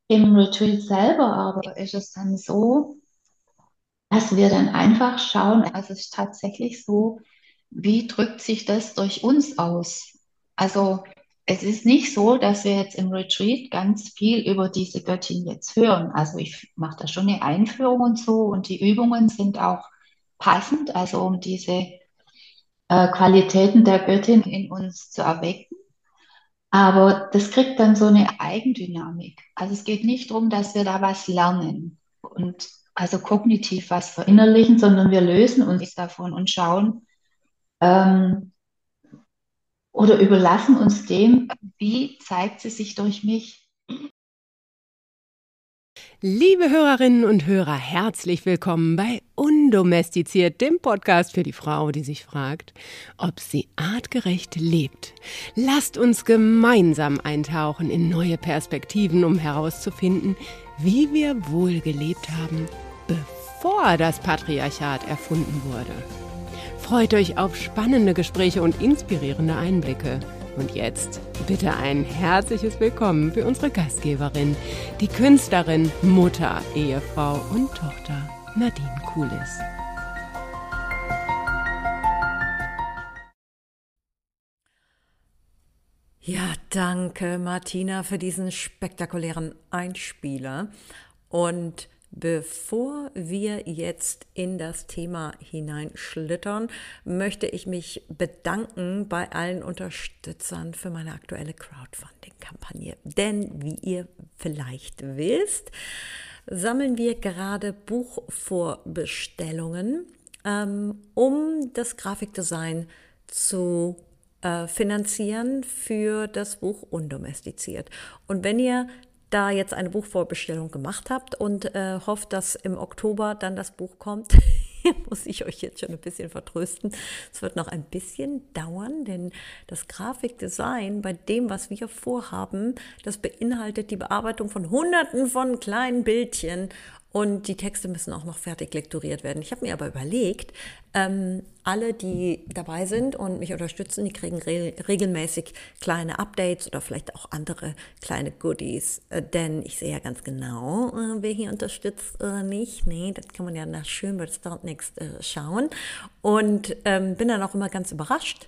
Im Retreat selber aber ist es dann so, dass wir dann einfach schauen, also es ist tatsächlich so, wie drückt sich das durch uns aus? Also es ist nicht so, dass wir jetzt im Retreat ganz viel über diese Göttin jetzt hören. Also ich mache da schon eine Einführung und so und die Übungen sind auch passend, also um diese Qualitäten der Göttin in uns zu erwecken. Aber das kriegt dann so eine Eigendynamik. Also es geht nicht darum, dass wir da was lernen und also kognitiv was verinnerlichen, sondern wir lösen uns davon und schauen ähm, oder überlassen uns dem, wie zeigt sie sich durch mich. Liebe Hörerinnen und Hörer, herzlich willkommen bei Undomestiziert, dem Podcast für die Frau, die sich fragt, ob sie artgerecht lebt. Lasst uns gemeinsam eintauchen in neue Perspektiven, um herauszufinden, wie wir wohl gelebt haben, bevor das Patriarchat erfunden wurde. Freut euch auf spannende Gespräche und inspirierende Einblicke. Und jetzt bitte ein herzliches Willkommen für unsere Gastgeberin, die Künstlerin, Mutter, Ehefrau und Tochter Nadine Kulis. Ja, danke Martina für diesen spektakulären Einspieler. Und bevor wir jetzt in das Thema hineinschlittern, möchte ich mich bedanken bei allen Unterstützern für meine aktuelle Crowdfunding-Kampagne. Denn wie ihr vielleicht wisst, sammeln wir gerade Buchvorbestellungen, um das Grafikdesign zu finanzieren für das Buch Undomestiziert. Und wenn ihr da jetzt eine Buchvorbestellung gemacht habt und hofft, dass im Oktober dann das Buch kommt, muss ich euch jetzt schon ein bisschen vertrösten. Es wird noch ein bisschen dauern, denn das Grafikdesign bei dem, was wir vorhaben, das beinhaltet die Bearbeitung von Hunderten von kleinen Bildchen und die Texte müssen auch noch fertig lektoriert werden. Ich habe mir aber überlegt, alle, die dabei sind und mich unterstützen, die kriegen regelmäßig kleine Updates oder vielleicht auch andere kleine Goodies. Denn ich sehe ja ganz genau, wer hier unterstützt oder nicht. Nee, das kann man ja nach schön bei Start Next schauen. Und bin dann auch immer ganz überrascht,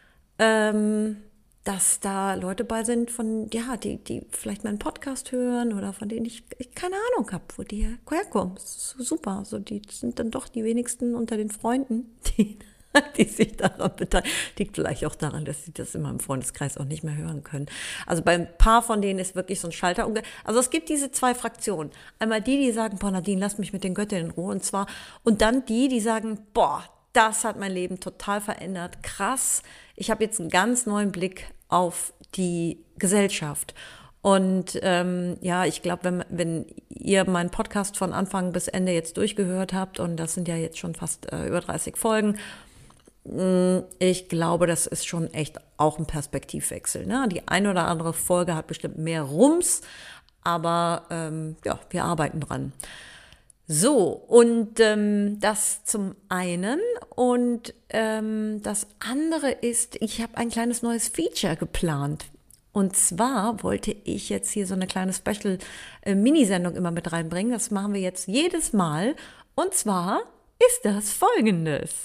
dass da Leute bei sind, von, ja, die vielleicht meinen Podcast hören oder von denen ich keine Ahnung habe, wo die herkommen. Das ist so super. Also die sind dann doch die wenigsten unter den Freunden, die sich daran beteiligen. Liegt vielleicht auch daran, dass sie das in meinem Freundeskreis auch nicht mehr hören können. Also bei ein paar von denen ist wirklich so ein Schalter. Also es gibt diese zwei Fraktionen. Einmal die sagen, boah, Nadine, lass mich mit den Göttinnen in Ruhe. Und dann die sagen, boah, das hat mein Leben total verändert. Krass. Ich habe jetzt einen ganz neuen Blick auf die Gesellschaft. Und ja, ich glaube, wenn ihr meinen Podcast von Anfang bis Ende jetzt durchgehört habt, und das sind ja jetzt schon fast über 30 Folgen, ich glaube, das ist schon echt auch ein Perspektivwechsel. Ne? Die eine oder andere Folge hat bestimmt mehr Rums, aber ja, wir arbeiten dran. So, und das zum einen. Und das andere ist, ich habe ein kleines neues Feature geplant. Und zwar wollte ich jetzt hier so eine kleine Special-Minisendung immer mit reinbringen. Das machen wir jetzt jedes Mal. Und zwar ist das Folgendes.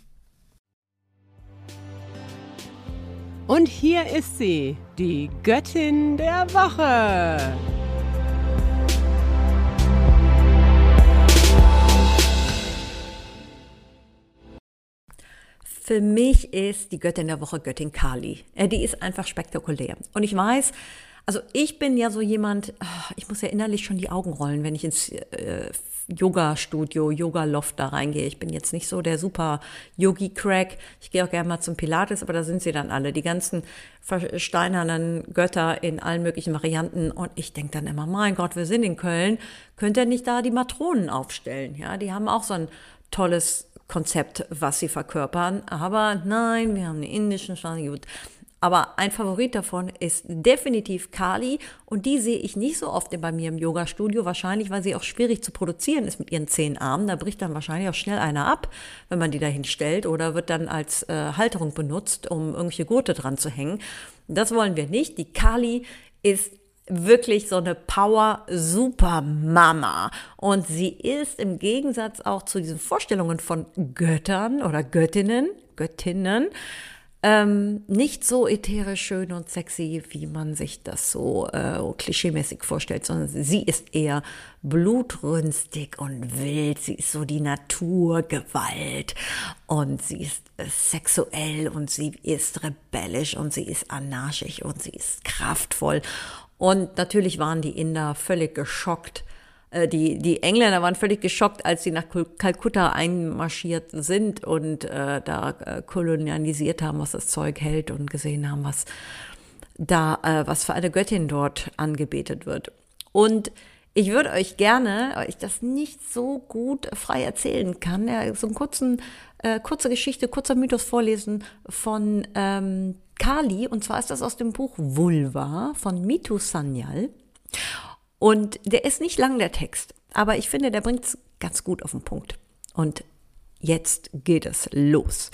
Und hier ist sie, die Göttin der Woche. Für mich ist die Göttin der Woche Göttin Kali. Die ist einfach spektakulär. Und ich weiß, also ich bin ja so jemand, ich muss ja innerlich schon die Augen rollen, wenn ich ins Yoga-Studio, Yoga-Loft da reingehe. Ich bin jetzt nicht so der super Yogi-Crack. Ich gehe auch gerne mal zum Pilates, aber da sind sie dann alle. Die ganzen versteinernen Götter in allen möglichen Varianten. Und ich denke dann immer, mein Gott, wir sind in Köln. Könnt ihr nicht da die Matronen aufstellen? Ja, die haben auch so ein tolles Konzept, was sie verkörpern. Aber nein, wir haben einen indischen Stand. Gut. Aber ein Favorit davon ist definitiv Kali und die sehe ich nicht so oft bei mir im Yoga-Studio, wahrscheinlich, weil sie auch schwierig zu produzieren ist mit ihren 10 Armen. Da bricht dann wahrscheinlich auch schnell einer ab, wenn man die dahin stellt oder wird dann als Halterung benutzt, um irgendwelche Gurte dran zu hängen. Das wollen wir nicht. Die Kali ist wirklich so eine Power-Super-Mama. Und sie ist im Gegensatz auch zu diesen Vorstellungen von Göttern oder Göttinnen, nicht so ätherisch schön und sexy, wie man sich das so klischeemäßig vorstellt, sondern sie ist eher blutrünstig und wild. Sie ist so die Naturgewalt und sie ist sexuell und sie ist rebellisch und sie ist anarchisch und sie ist kraftvoll. Und natürlich waren die Inder völlig geschockt. Die Engländer waren völlig geschockt, als sie nach Kalkutta einmarschiert sind und da kolonialisiert haben, was das Zeug hält und gesehen haben, was für eine Göttin dort angebetet wird. Und ich würde euch gerne, weil ich das nicht so gut frei erzählen kann, so einen kurze Geschichte, kurzer Mythos vorlesen von Kali. Und zwar ist das aus dem Buch Vulva von Mitu Sanyal. Und der ist nicht lang, der Text, aber ich finde, der bringt es ganz gut auf den Punkt. Und jetzt geht es los.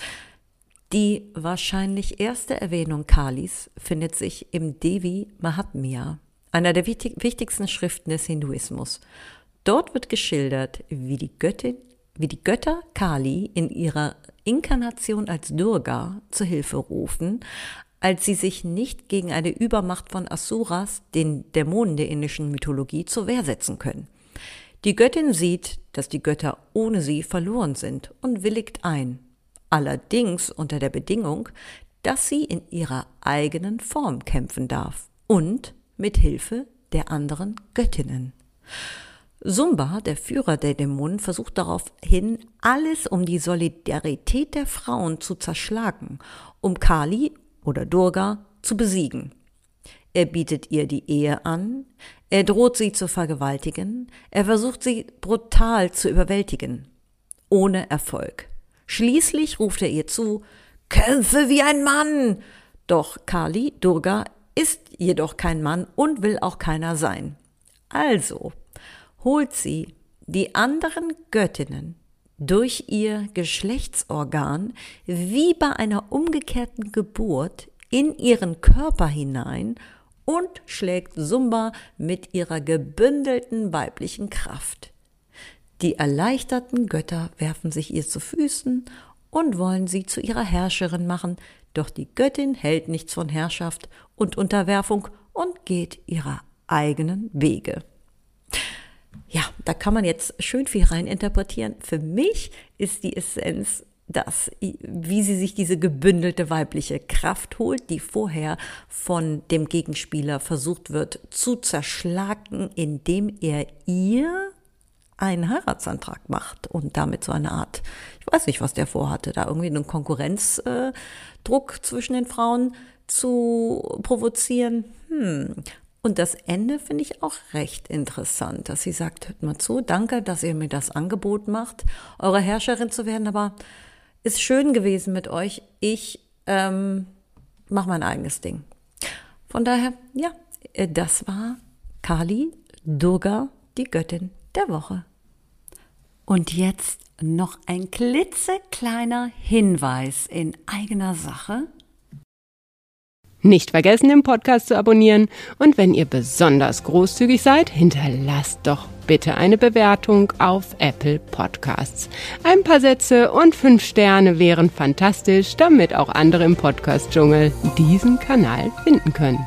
Die wahrscheinlich erste Erwähnung Kalis findet sich im Devi Mahatmya, einer der wichtigsten Schriften des Hinduismus. Dort wird geschildert, wie die Götter Kali in ihrer Inkarnation als Durga zur Hilfe rufen, als sie sich nicht gegen eine Übermacht von Asuras, den Dämonen der indischen Mythologie, zur Wehr setzen können. Die Göttin sieht, dass die Götter ohne sie verloren sind und willigt ein, allerdings unter der Bedingung, dass sie in ihrer eigenen Form kämpfen darf und mit Hilfe der anderen Göttinnen. Sumba, der Führer der Dämonen, versucht daraufhin, alles um die Solidarität der Frauen zu zerschlagen, um Kali oder Durga zu besiegen. Er bietet ihr die Ehe an, er droht sie zu vergewaltigen, er versucht sie brutal zu überwältigen. Ohne Erfolg. Schließlich ruft er ihr zu, kämpfe wie ein Mann! Doch Kali, Durga, ist jedoch kein Mann und will auch keiner sein. Also holt sie die anderen Göttinnen durch ihr Geschlechtsorgan wie bei einer umgekehrten Geburt in ihren Körper hinein und schlägt Sumba mit ihrer gebündelten weiblichen Kraft. Die erleichterten Götter werfen sich ihr zu Füßen und wollen sie zu ihrer Herrscherin machen, doch die Göttin hält nichts von Herrschaft und Unterwerfung und geht ihrer eigenen Wege. Ja, da kann man jetzt schön viel reininterpretieren. Für mich ist die Essenz, wie sie sich diese gebündelte weibliche Kraft holt, die vorher von dem Gegenspieler versucht wird zu zerschlagen, indem er ihr einen Heiratsantrag macht und damit so eine Art, ich weiß nicht, was der vorhatte, da irgendwie einen Konkurrenzdruck zwischen den Frauen zu provozieren. Und das Ende finde ich auch recht interessant, dass sie sagt, hört mal zu, danke, dass ihr mir das Angebot macht, eure Herrscherin zu werden, aber ist schön gewesen mit euch, ich mache mein eigenes Ding. Von daher, ja, das war Kali, Durga, die Göttin der Woche. Und jetzt noch ein klitzekleiner Hinweis in eigener Sache. Nicht vergessen, den Podcast zu abonnieren und wenn ihr besonders großzügig seid, hinterlasst doch bitte eine Bewertung auf Apple Podcasts. Ein paar Sätze und 5 Sterne wären fantastisch, damit auch andere im Podcast-Dschungel diesen Kanal finden können.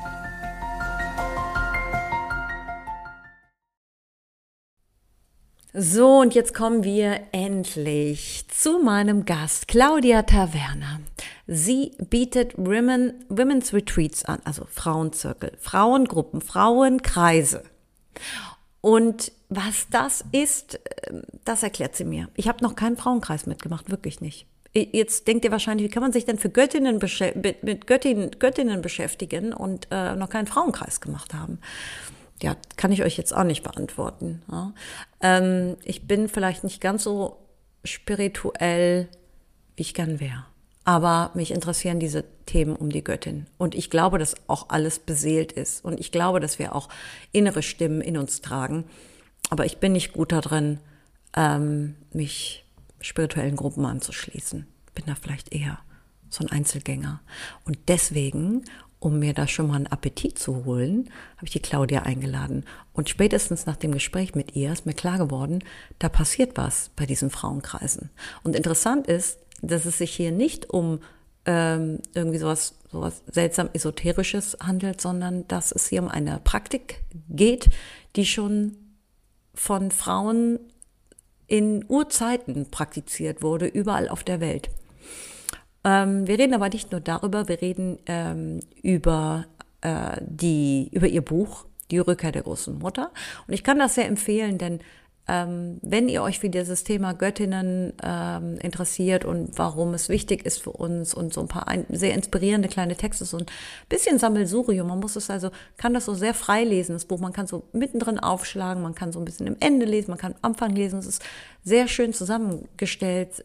So, und jetzt kommen wir endlich zu meinem Gast, Claudia Taverna. Sie bietet Women's Retreats an, also Frauenzirkel, Frauengruppen, Frauenkreise. Und was das ist, das erklärt sie mir. Ich habe noch keinen Frauenkreis mitgemacht, wirklich nicht. Jetzt denkt ihr wahrscheinlich, wie kann man sich denn für Göttinnen beschäftigen und noch keinen Frauenkreis gemacht haben? Ja, kann ich euch jetzt auch nicht beantworten. Ja. Ich bin vielleicht nicht ganz so spirituell, wie ich gern wäre. Aber mich interessieren diese Themen um die Göttin. Und ich glaube, dass auch alles beseelt ist. Und ich glaube, dass wir auch innere Stimmen in uns tragen. Aber ich bin nicht gut darin, mich spirituellen Gruppen anzuschließen. Bin da vielleicht eher so ein Einzelgänger. Und deswegen um mir da schon mal einen Appetit zu holen, habe ich die Claudia eingeladen. Und spätestens nach dem Gespräch mit ihr ist mir klar geworden, da passiert was bei diesen Frauenkreisen. Und interessant ist, dass es sich hier nicht um irgendwie sowas seltsam Esoterisches handelt, sondern dass es hier um eine Praktik geht, die schon von Frauen in Urzeiten praktiziert wurde, überall auf der Welt. Wir reden aber nicht nur darüber, wir reden über ihr Buch, Die Rückkehr der großen Mutter. Und ich kann das sehr empfehlen, denn wenn ihr euch für dieses Thema Göttinnen interessiert und warum es wichtig ist für uns und so ein paar sehr inspirierende kleine Texte, so ein bisschen Sammelsurium, kann das so sehr frei lesen, das Buch, man kann so mittendrin aufschlagen, man kann so ein bisschen im Ende lesen, man kann am Anfang lesen, es ist sehr schön zusammengestellt,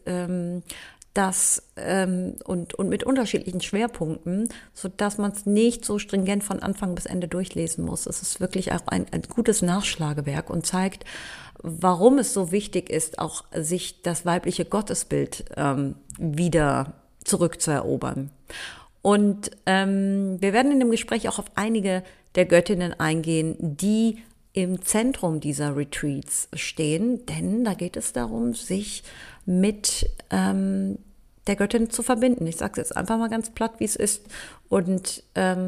und mit unterschiedlichen Schwerpunkten, so dass man es nicht so stringent von Anfang bis Ende durchlesen muss. Es ist wirklich auch ein gutes Nachschlagewerk und zeigt, warum es so wichtig ist, auch sich das weibliche Gottesbild wieder zurückzuerobern. Und wir werden in dem Gespräch auch auf einige der Göttinnen eingehen, die im Zentrum dieser Retreats stehen, denn da geht es darum, sich mit der Göttin zu verbinden. Ich sage es jetzt einfach mal ganz platt, wie es ist. Und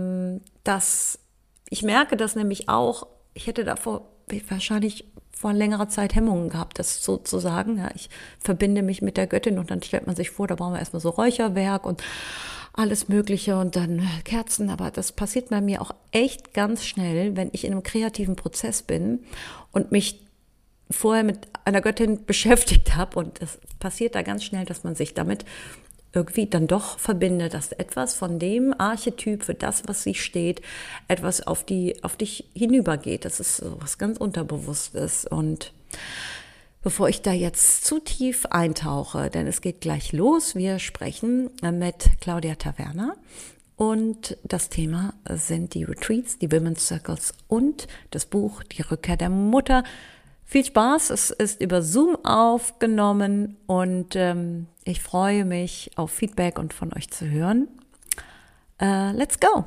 ich merke das nämlich auch, ich hätte wahrscheinlich vor längerer Zeit Hemmungen gehabt, das so zu sagen. Ja, ich verbinde mich mit der Göttin und dann stellt man sich vor, da brauchen wir erstmal so Räucherwerk und alles Mögliche und dann Kerzen. Aber das passiert bei mir auch echt ganz schnell, wenn ich in einem kreativen Prozess bin und mich vorher mit einer Göttin beschäftigt habe, und es passiert da ganz schnell, dass man sich damit irgendwie dann doch verbindet, dass etwas von dem Archetyp für das, was sie steht, etwas auf dich hinübergeht. Das ist so was ganz Unterbewusstes. Und bevor ich da jetzt zu tief eintauche, denn es geht gleich los, wir sprechen mit Claudia Taverna. Und das Thema sind die Retreats, die Women's Circles und das Buch Die Rückkehr der Mutter. Viel Spaß, es ist über Zoom aufgenommen und ich freue mich auf Feedback und von euch zu hören. Let's go!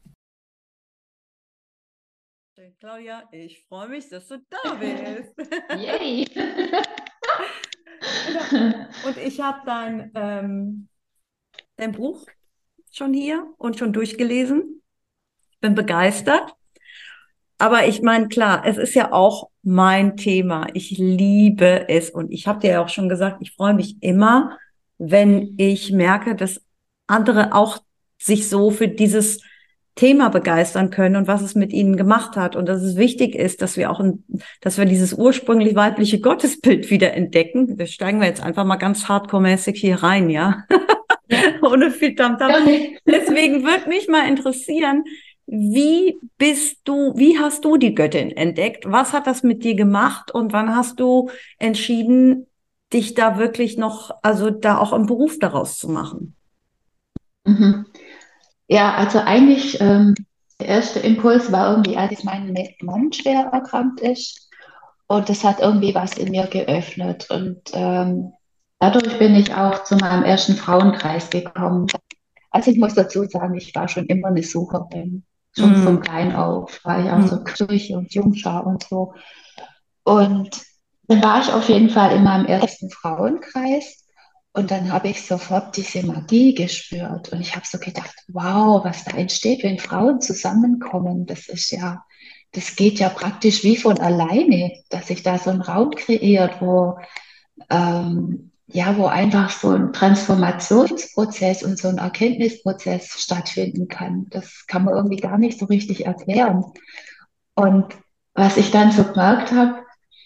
Claudia, ich freue mich, dass du da bist. Yay! Und ich habe dein Buch schon hier und schon durchgelesen. Ich bin begeistert. Aber ich meine, klar, es ist ja auch mein Thema. Ich liebe es. Und ich habe dir ja auch schon gesagt, ich freue mich immer, wenn ich merke, dass andere auch sich so für dieses Thema begeistern können und was es mit ihnen gemacht hat. Und dass es wichtig ist, dass wir dass wir dieses ursprünglich weibliche Gottesbild wieder entdecken. Da steigen wir jetzt einfach mal ganz hardcore-mäßig hier rein, ja? Ohne viel Tamtam. Deswegen würde mich mal interessieren, wie hast du die Göttin entdeckt? Was hat das mit dir gemacht? Und wann hast du entschieden, dich da wirklich da auch einen Beruf daraus zu machen? Mhm. Ja, also eigentlich der erste Impuls war irgendwie, als mein Mann schwer erkrankt ist. Und das hat irgendwie was in mir geöffnet. Und dadurch bin ich auch zu meinem ersten Frauenkreis gekommen. Also ich muss dazu sagen, ich war schon immer eine Sucherin. Schon von klein auf war ich auch so Kirche und Jungschar und so. Und dann war ich auf jeden Fall in meinem ersten Frauenkreis. Und dann habe ich sofort diese Magie gespürt. Und ich habe so gedacht, wow, was da entsteht, wenn Frauen zusammenkommen. Das geht ja praktisch wie von alleine, dass sich da so ein Raum kreiert, wo einfach so ein Transformationsprozess und so ein Erkenntnisprozess stattfinden kann. Das kann man irgendwie gar nicht so richtig erklären. Und was ich dann so gemerkt habe,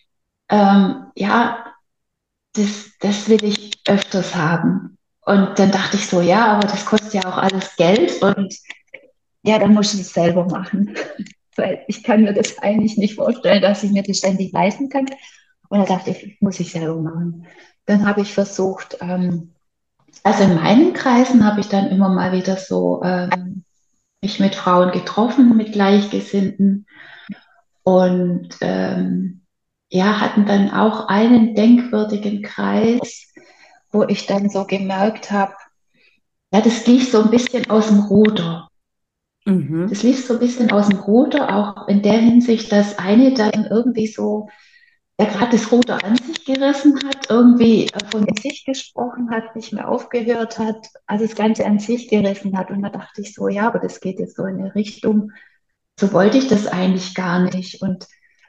ja, das will ich öfters haben. Und dann dachte ich so, ja, aber das kostet ja auch alles Geld und ja, dann muss ich es selber machen. Weil ich kann mir das eigentlich nicht vorstellen, dass ich mir das ständig leisten kann. Und dann dachte ich, muss ich selber machen. Dann habe ich versucht, also in meinen Kreisen habe ich dann immer mal wieder so mich mit Frauen getroffen, mit Gleichgesinnten und ja, hatten dann auch einen denkwürdigen Kreis, wo ich dann so gemerkt habe, ja, das lief so ein bisschen aus dem Ruder. Mhm. Das lief so ein bisschen aus dem Ruder, auch in der Hinsicht, dass eine dann irgendwie so, ja, gerade das Ruder an sich gerissen hat, irgendwie von sich gesprochen hat, nicht mehr aufgehört hat, also das Ganze an sich gerissen hat. Und da dachte ich so, ja, aber das geht jetzt so in eine Richtung, so wollte ich das eigentlich gar nicht. Und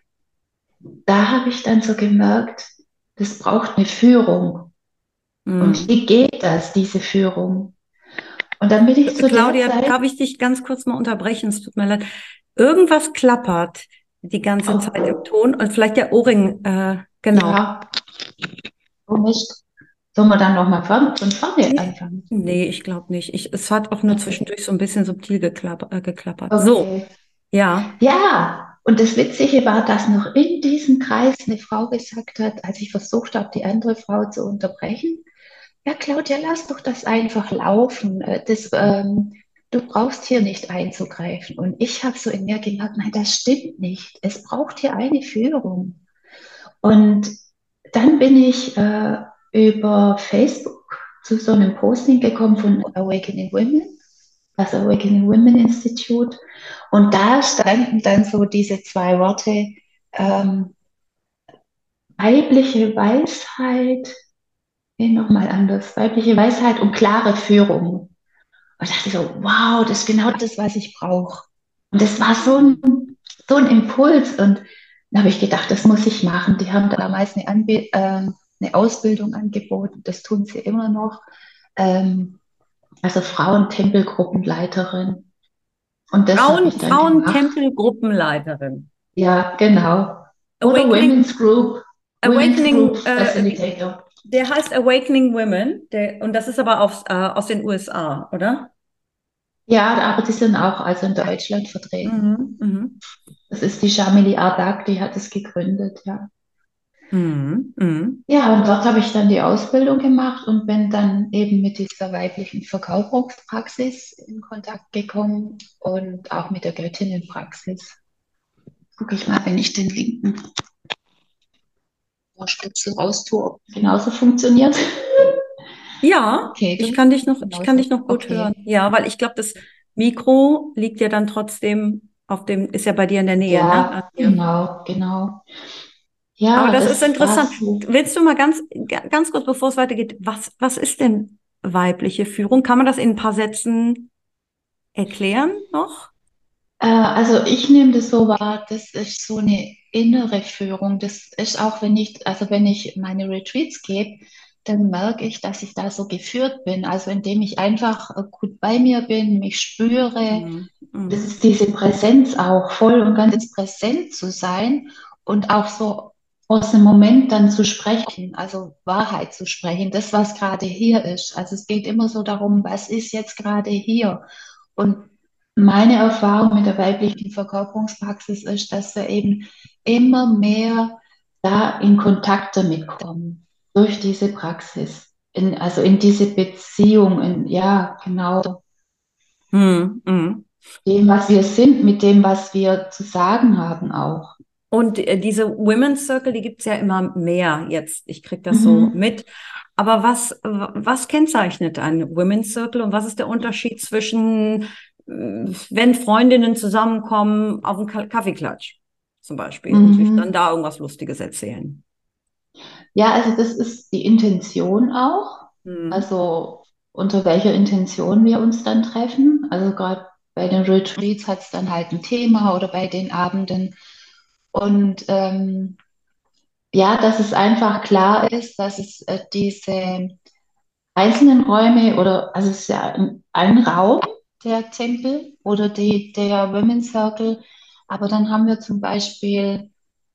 da habe ich dann so gemerkt, das braucht eine Führung. Und Mhm. wie geht das, diese Führung? Und dann bin ich zu der Claudia, Zeit, darf ich dich ganz kurz mal unterbrechen? Es tut mir leid. Irgendwas klappert die ganze Zeit im oh, Ton und vielleicht der Ohrring, genau. ja, komisch, sollen wir dann nochmal von vorne Nee, anfangen? nee, ich glaube nicht. Es hat auch nur Okay. zwischendurch so ein bisschen subtil geklappert. So, Okay. ja. Ja, und das Witzige war, dass noch in diesem Kreis eine Frau gesagt hat, als ich versucht habe, die andere Frau zu unterbrechen, ja, Claudia, lass doch das einfach laufen. Du brauchst hier nicht einzugreifen. Und ich habe so in mir gemerkt, nein, das stimmt nicht. Es braucht hier eine Führung. Und dann bin ich über Facebook zu so einem Posting gekommen von Awakening Women, das Awakening Women Institute. Und da standen dann so diese zwei Worte, ähm, weibliche Weisheit, nee, nochmal anders, weibliche Weisheit und klare Führung. Und dachte ich so, wow, das ist genau das, was ich brauche. Und das war so ein Impuls. Und dann habe ich gedacht, das muss ich machen. Die haben damals eine Ausbildung angeboten, das tun sie immer noch. Ähm, also Frauentempelgruppenleiterin. Und das habe ich dann gemacht. Frauentempelgruppenleiterin. Ja, genau. Oder Awakening, Women's Group Awakening, Facilitator. der heißt Awakening Women, und das ist aber aus den USA, oder? Ja, aber die sind auch also in Deutschland vertreten. Mhm, mhm, Das ist die Jamili Ardak, die hat es gegründet, ja. mhm, mhm. Ja, und dort habe ich dann die Ausbildung gemacht und bin dann eben mit dieser weiblichen Verkörperungspraxis in Kontakt gekommen und auch mit der Göttinnenpraxis. Gucke ich mal, wenn ich den linken Ohrstöpsel raustue, ob es genauso funktioniert. Ja, Okay, ich kann genauso. dich noch gut hören. Okay. Ja, weil ich glaube, das Mikro liegt ja dann trotzdem ist ja bei dir in der Nähe, ne? Ja, Ja. genau, genau. Aber Ja, das ist das war interessant. so. Willst du mal ganz kurz, bevor es weitergeht, was ist denn weibliche Führung? Kann man das in ein paar Sätzen erklären noch? Also ich nehme das so wahr, das ist so eine innere Führung. Das ist auch, wenn ich meine Retreats gebe, dann merke ich, dass ich da so geführt bin. Also indem ich einfach gut bei mir bin, mich spüre. Mhm. Das Mhm. ist diese Präsenz auch, voll und ganz präsent zu sein und auch so aus dem Moment dann zu sprechen, also Wahrheit zu sprechen, das, was gerade hier ist. Also es geht immer so darum, was ist jetzt gerade hier? Und meine Erfahrung mit der weiblichen Verkörperungspraxis ist, dass wir eben immer mehr da in Kontakt damit kommen, durch diese Praxis, also in diese Beziehung, ja, genau, Mhm. Mhm. dem, was wir sind, mit dem, was wir zu sagen haben auch. Und diese Women's Circle, die gibt's ja immer mehr jetzt. Ich krieg das so Mhm. mit. Aber was kennzeichnet ein Women's Circle und was ist der Unterschied zwischen, wenn Freundinnen zusammenkommen auf einen Kaffeeklatsch zum Beispiel und sich dann Mhm. da irgendwas Lustiges erzählen? Ja, also das ist die Intention auch. Mhm. Also unter welcher Intention wir uns dann treffen. Also gerade bei den Retreats hat es dann halt ein Thema oder bei den Abenden. Und ja, dass es einfach klar ist, dass es diese einzelnen Räume oder, also es ist ja ein Raum, der Tempel oder der Women's Circle, aber dann haben wir zum Beispiel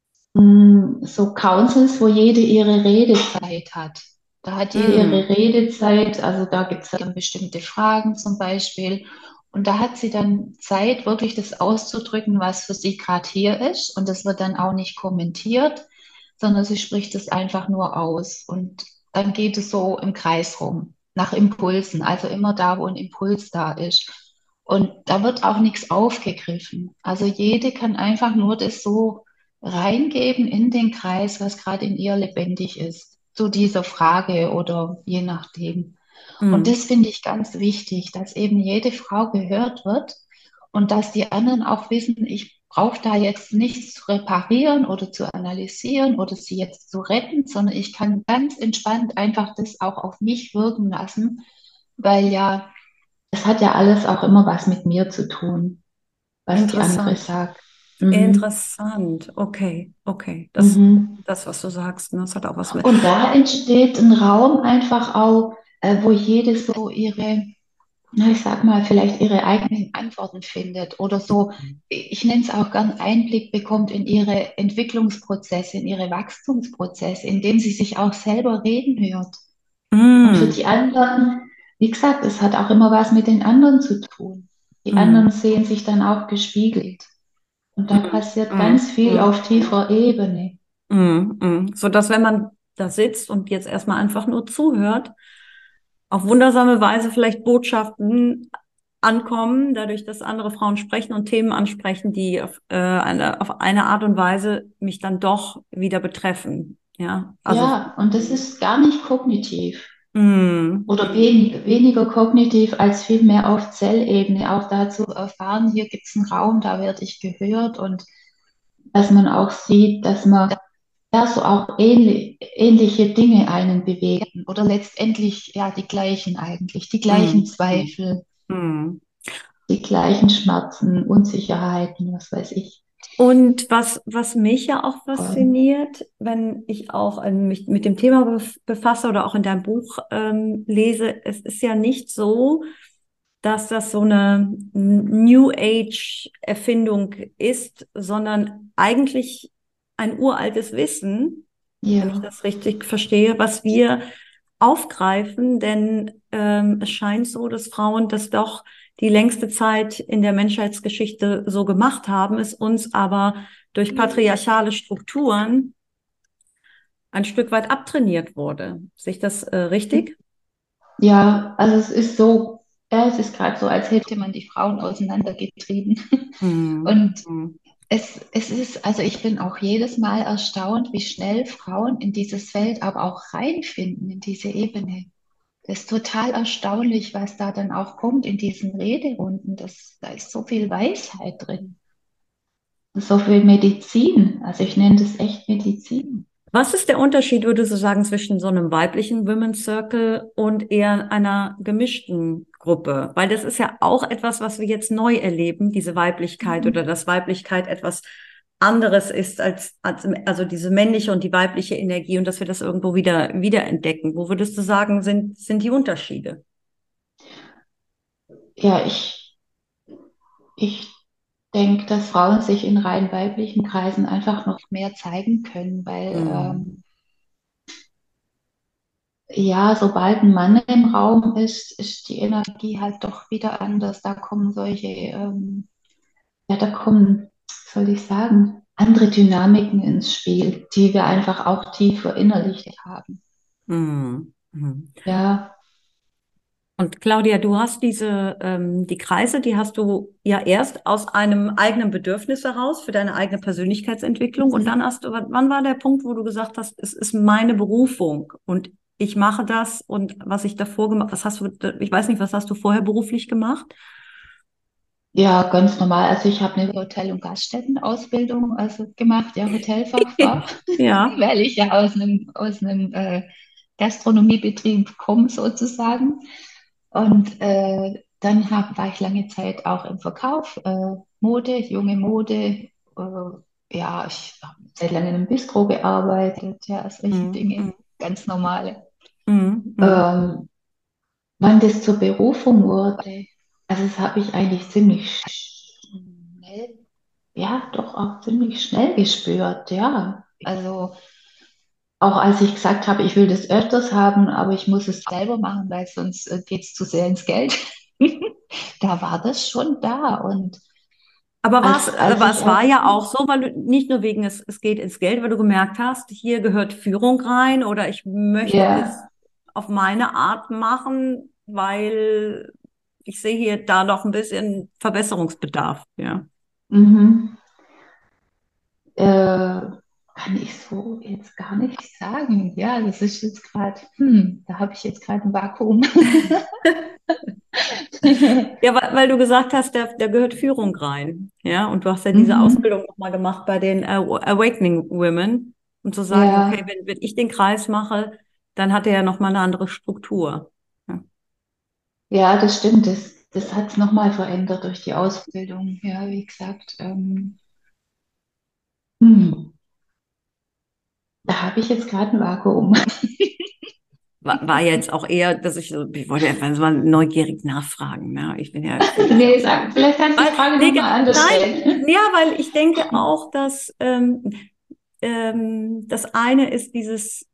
so Councils, wo jede ihre Redezeit hat. Da hat jede ihre Mhm. Redezeit, also da gibt es dann bestimmte Fragen zum Beispiel. Und da hat sie dann Zeit, wirklich das auszudrücken, was für sie gerade hier ist. Und das wird dann auch nicht kommentiert, sondern sie spricht es einfach nur aus. Und dann geht es so im Kreis rum, nach Impulsen, also immer da, wo ein Impuls da ist. Und da wird auch nichts aufgegriffen. Also jede kann einfach nur das so reingeben in den Kreis, was gerade in ihr lebendig ist, zu dieser Frage oder je nachdem. Und Mhm. das finde ich ganz wichtig, dass eben jede Frau gehört wird und dass die anderen auch wissen, ich brauche da jetzt nichts zu reparieren oder zu analysieren oder sie jetzt zu retten, sondern ich kann ganz entspannt einfach das auch auf mich wirken lassen, weil ja, es hat ja alles auch immer was mit mir zu tun, was die andere Interessant. sagt. Mhm. Interessant. Okay, okay. Mhm. Das, was du sagst, ne, das hat auch was mit. Und da entsteht ein Raum einfach auch, wo jede so ihre, na, ich sag mal, vielleicht ihre eigenen Antworten findet oder so, ich nenne es auch gern Einblick bekommt in ihre Entwicklungsprozesse, in ihre Wachstumsprozesse, indem sie sich auch selber reden hört. Und für Mm, die anderen, wie gesagt, es hat auch immer was mit den anderen zu tun. Die mm, anderen sehen sich dann auch gespiegelt. Und da mm, passiert mm, ganz viel mm, auf tiefer Ebene. So dass, wenn man da sitzt und jetzt erstmal einfach nur zuhört, auf wundersame Weise vielleicht Botschaften ankommen, dadurch, dass andere Frauen sprechen und Themen ansprechen, die auf eine Art und Weise mich dann doch wieder betreffen. Ja, also, Ja, und das ist gar nicht kognitiv mm, oder weniger kognitiv als vielmehr auf Zellebene. Auch dazu erfahren, hier gibt es einen Raum, da werde ich gehört und dass man auch sieht, dass man ja so auch ähnliche Dinge einen bewegen oder letztendlich ja die gleichen eigentlich, die gleichen mm, mm, Zweifel, mm. die gleichen Schmerzen, Unsicherheiten, was weiß ich. Und was mich ja auch Und, fasziniert, wenn ich auch mich mit dem Thema befasse oder auch in deinem Buch lese, es ist ja nicht so, dass das so eine New Age Erfindung ist, sondern eigentlich ein uraltes Wissen, wenn ich ja. das richtig verstehe, was wir aufgreifen, denn es scheint so, dass Frauen das doch die längste Zeit in der Menschheitsgeschichte so gemacht haben, es uns aber durch patriarchale Strukturen ein Stück weit abtrainiert wurde. Sehe ich das richtig? Ja, also es ist so, ja, es ist gerade so, als hätte man die Frauen auseinandergetrieben. Hm. Und Hm. es ist, also ich bin auch jedes Mal erstaunt, wie schnell Frauen in dieses Feld aber auch reinfinden, in diese Ebene. Das ist total erstaunlich, was da dann auch kommt in diesen Rederunden. Da ist so viel Weisheit drin. So viel Medizin. Also ich nenne das echt Medizin. Was ist der Unterschied, würdest du sagen, zwischen so einem weiblichen Women's Circle und eher einer gemischten Gruppe? Weil das ist ja auch etwas, was wir jetzt neu erleben, diese Weiblichkeit oder Mhm. dass Weiblichkeit etwas anderes ist als also diese männliche und die weibliche Energie und dass wir das irgendwo wieder entdecken. Wo würdest du sagen, sind die Unterschiede? Ja, ich denke, dass Frauen sich in rein weiblichen Kreisen einfach noch mehr zeigen können, weil Hm. ja, sobald ein Mann im Raum ist, ist die Energie halt doch wieder anders. Da kommen solche, ja, da kommen, soll ich sagen, andere Dynamiken ins Spiel, die wir einfach auch tief verinnerlicht haben. Hm. Hm. Ja, Und Claudia, du hast die Kreise, die hast du ja erst aus einem eigenen Bedürfnis heraus für deine eigene Persönlichkeitsentwicklung. Und dann hast du, wann war der Punkt, wo du gesagt hast, es ist meine Berufung und ich mache das und was ich davor gemacht, ich weiß nicht, was hast du vorher beruflich gemacht? ja, ganz normal. Also ich habe eine Hotel- und Gaststättenausbildung also gemacht, ja, Hotelfachfrau, Ja. weil ich ja aus einem Gastronomiebetrieb komme sozusagen. Und war ich lange Zeit auch im Verkauf, Mode, junge Mode. Ja, ich habe seit langem in einem Bistro gearbeitet, ja, solche Mhm. Dinge, ganz normale. Mhm. Mhm. Ähm, Wann das zur Berufung wurde, also das habe ich eigentlich ziemlich schnell, ja, doch auch ziemlich schnell gespürt, ja. Also auch als ich gesagt habe, ich will das öfters haben, aber ich muss es selber machen, weil sonst geht es zu sehr ins Geld. Da war das schon da. Und als Aber ich es war erst, ja auch so, weil du nicht nur wegen es geht ins Geld, weil du gemerkt hast, hier gehört Führung rein oder ich möchte es ja, auf meine Art machen, weil ich sehe hier da noch ein bisschen Verbesserungsbedarf. Ja. mhm, äh, kann ich so jetzt gar nicht sagen. Ja, das ist jetzt gerade, da habe ich jetzt gerade ein Vakuum. Ja, weil du gesagt hast, da gehört Führung rein. Ja, und du hast ja diese Mhm. Ausbildung nochmal gemacht bei den Awakening Women. Und zu sagen, okay, Ja, wenn ich den Kreis mache, dann hat er ja nochmal eine andere Struktur. Ja. ja, das stimmt. Das hat es nochmal verändert durch die Ausbildung. Ja, wie gesagt, hm, da habe ich jetzt gerade ein Vakuum. War jetzt auch eher, dass ich wollte einfach mal neugierig nachfragen. Ja, ich finde das ja Nee, auch sehr. sag, vielleicht kannst du die Weil, Frage nee, nochmal anders nein, stellen. ja, weil ich denke auch, dass das eine ist dieses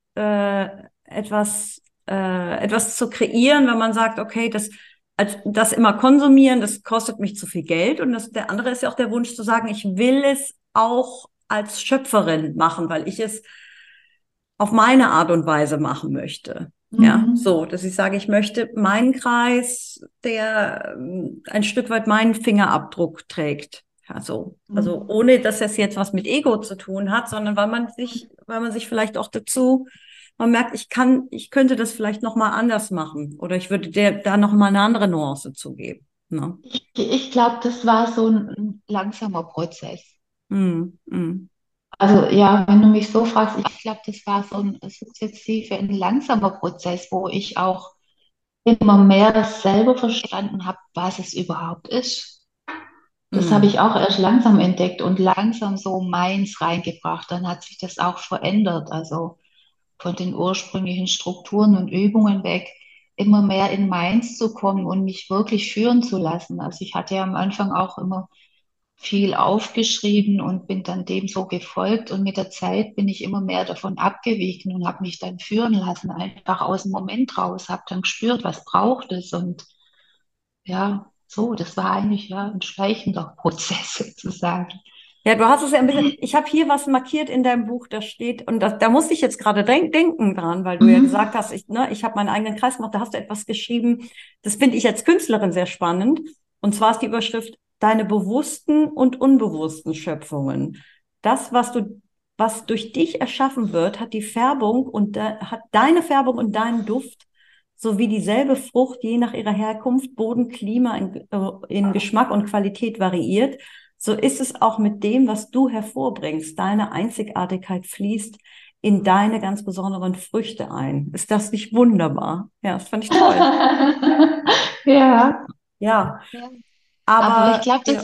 etwas zu kreieren, wenn man sagt, okay, das immer konsumieren, das kostet mich zu viel Geld. Und der andere ist ja auch der Wunsch zu sagen, ich will es auch als Schöpferin machen, weil ich es auf meine Art und Weise machen möchte. Ja, Mhm. so, dass ich sage, ich möchte meinen Kreis, der ein Stück weit meinen Fingerabdruck trägt. Ja, so. Also Mhm. ohne, dass das jetzt was mit Ego zu tun hat, sondern weil man sich vielleicht auch man merkt, ich könnte das vielleicht noch mal anders machen oder ich würde da noch mal eine andere Nuance zugeben. Ne? Ich glaube, das war so ein langsamer Prozess. Mm, mm, Also ja, wenn du mich so fragst, ich glaube, das war so ein sukzessive, ein langsamer Prozess, wo ich auch immer mehr selber verstanden habe, was es überhaupt ist. Das habe mm, ich auch erst langsam entdeckt und langsam so meins reingebracht. Dann hat sich das auch verändert. Also von den ursprünglichen Strukturen und Übungen weg, immer mehr in meins zu kommen und mich wirklich führen zu lassen. Also ich hatte ja am Anfang auch immer viel aufgeschrieben und bin dann dem so gefolgt. Und mit der Zeit bin ich immer mehr davon abgewichen und habe mich dann führen lassen, einfach aus dem Moment raus, habe dann gespürt, was braucht es. Und ja, so, das war eigentlich ja ein schleichender Prozess sozusagen. ja, du hast es ja ein bisschen, ich habe hier was markiert in deinem Buch, da steht, und da musste ich jetzt gerade denken dran, weil du ja Mhm. gesagt hast, ich habe meinen eigenen Kreis gemacht, da hast du etwas geschrieben, das finde ich als Künstlerin sehr spannend. Und zwar ist die Überschrift Deine bewussten und unbewussten Schöpfungen. Das, was durch dich erschaffen wird, hat deine Färbung und deinen Duft sowie dieselbe Frucht, je nach ihrer Herkunft, Boden, Klima in Geschmack und Qualität variiert. So ist es auch mit dem, was du hervorbringst. Deine Einzigartigkeit fließt in deine ganz besonderen Früchte ein. Ist das nicht wunderbar? Ja, das fand ich toll. Ja, Ja, ja. Aber ich aber glaube, ja,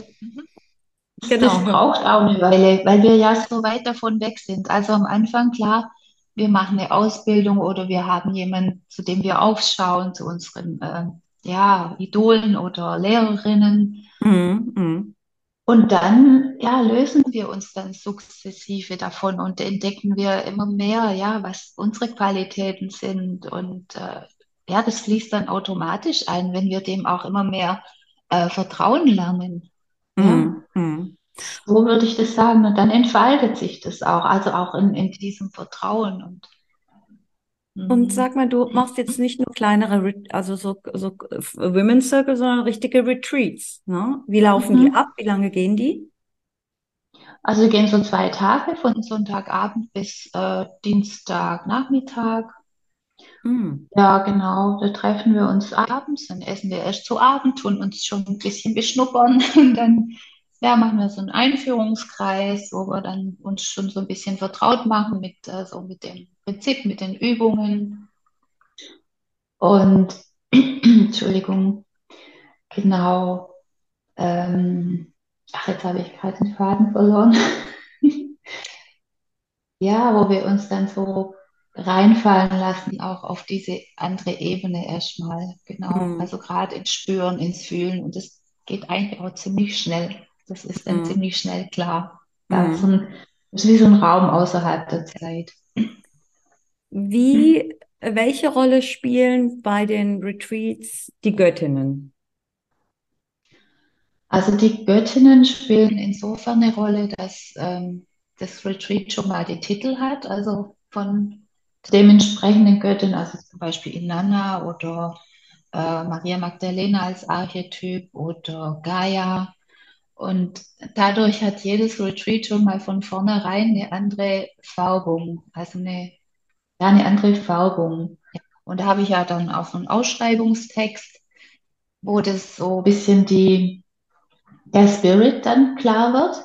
das genau. Ja. braucht auch eine Weile, weil wir ja so weit davon weg sind. Also am Anfang, klar, wir machen eine Ausbildung oder wir haben jemanden, zu dem wir aufschauen, zu unseren ja, Idolen oder Lehrerinnen. Mhm, mhm, Und dann, ja, lösen wir uns dann sukzessive davon und entdecken wir immer mehr, ja, was unsere Qualitäten sind. Und ja, das fließt dann automatisch ein, wenn wir dem auch immer mehr vertrauen lernen. Ja. mhm, mhm. So würde ich das sagen. Und dann entfaltet sich das auch, also auch in diesem Vertrauen. Und Und mm, sag mal, du machst jetzt nicht nur kleinere, also so Women's Circle, sondern richtige Retreats, ne? Wie laufen die ab? mhm. Wie lange gehen die? Also wir gehen so 2 Tage von Sonntagabend bis Dienstagnachmittag. Mhm. Ja, genau. Da treffen wir uns abends, dann essen wir erst zu Abend, tun uns schon ein bisschen beschnuppern und dann ja, machen wir so einen Einführungskreis, wo wir dann uns schon so ein bisschen vertraut machen mit, so mit dem Prinzip, mit den Übungen. Und Entschuldigung, genau. Ach, jetzt habe ich gerade den Faden verloren. Ja, wo wir uns dann so reinfallen lassen, auch auf diese andere Ebene erstmal. Genau. Mhm. Also gerade ins Spüren, ins Fühlen. Und das geht eigentlich auch ziemlich schnell. Das ist dann Mhm. ziemlich schnell klar. Da ist so Mhm. das ist wie so ein Raum außerhalb der Zeit. Welche Rolle spielen bei den Retreats die Göttinnen? Also die Göttinnen spielen insofern eine Rolle, dass das Retreat schon mal die Titel hat, also von dementsprechenden Göttinnen, also zum Beispiel Inanna oder Maria Magdalena als Archetyp oder Gaia. Und dadurch hat jedes Retreat schon mal von vornherein eine andere Färbung, also eine andere Färbung. Und da habe ich ja dann auch so einen Ausschreibungstext, wo das so ein bisschen der Spirit dann klar wird.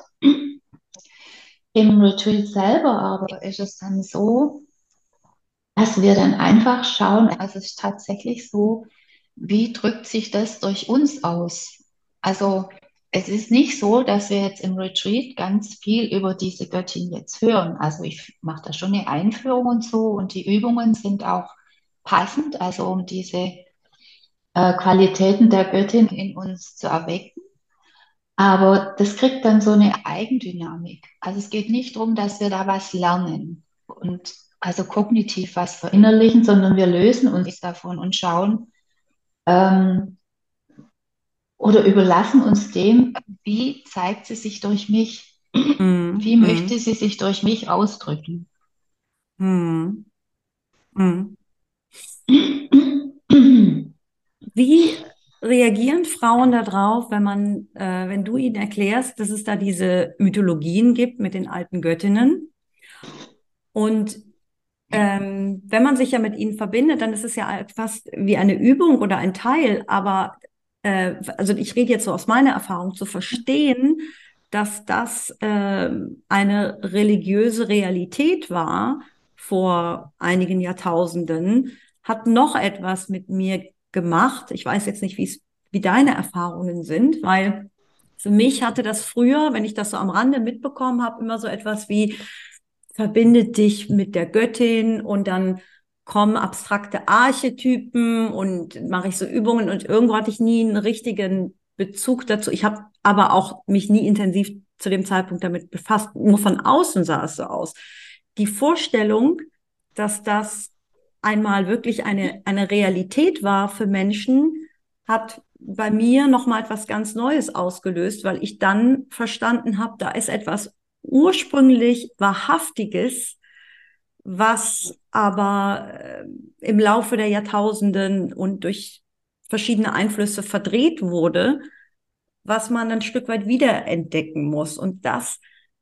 Im Retreat selber aber ist es dann so, dass wir dann einfach schauen, also es ist tatsächlich so, wie drückt sich das durch uns aus? Also es ist nicht so, dass wir jetzt im Retreat ganz viel über diese Göttin jetzt hören. Also ich mache da schon eine Einführung und so und die Übungen sind auch passend, also um diese Qualitäten der Göttin in uns zu erwecken. Aber das kriegt dann so eine Eigendynamik. Also es geht nicht darum, dass wir da was lernen und also kognitiv was verinnerlichen, sondern wir lösen uns davon und schauen ähm, oder überlassen uns dem, wie zeigt sie sich durch mich? Wie Mhm. möchte Mhm. sie sich durch mich ausdrücken? Mhm. Mhm. Wie reagieren Frauen darauf, wenn du ihnen erklärst, dass es da diese Mythologien gibt mit den alten Göttinnen? Und wenn man sich ja mit ihnen verbindet, dann ist es ja fast wie eine Übung oder ein Teil. Aber also ich rede jetzt so aus meiner Erfahrung, zu verstehen, dass das eine religiöse Realität war vor einigen Jahrtausenden, hat noch etwas mit mir gemacht. Ich weiß jetzt nicht, wie deine Erfahrungen sind, weil für mich hatte das früher, wenn ich das so am Rande mitbekommen habe, immer so etwas wie verbindet dich mit der Göttin und dann kommen abstrakte Archetypen und mache ich so Übungen und irgendwo hatte ich nie einen richtigen Bezug dazu. Ich habe aber auch mich nie intensiv zu dem Zeitpunkt damit befasst. Nur von außen sah es so aus. Die Vorstellung, dass das einmal wirklich eine Realität war für Menschen, hat bei mir nochmal etwas ganz Neues ausgelöst, weil ich dann verstanden habe, da ist etwas ursprünglich Wahrhaftiges, was aber im Laufe der Jahrtausenden und durch verschiedene Einflüsse verdreht wurde, was man ein Stück weit wiederentdecken muss. Und das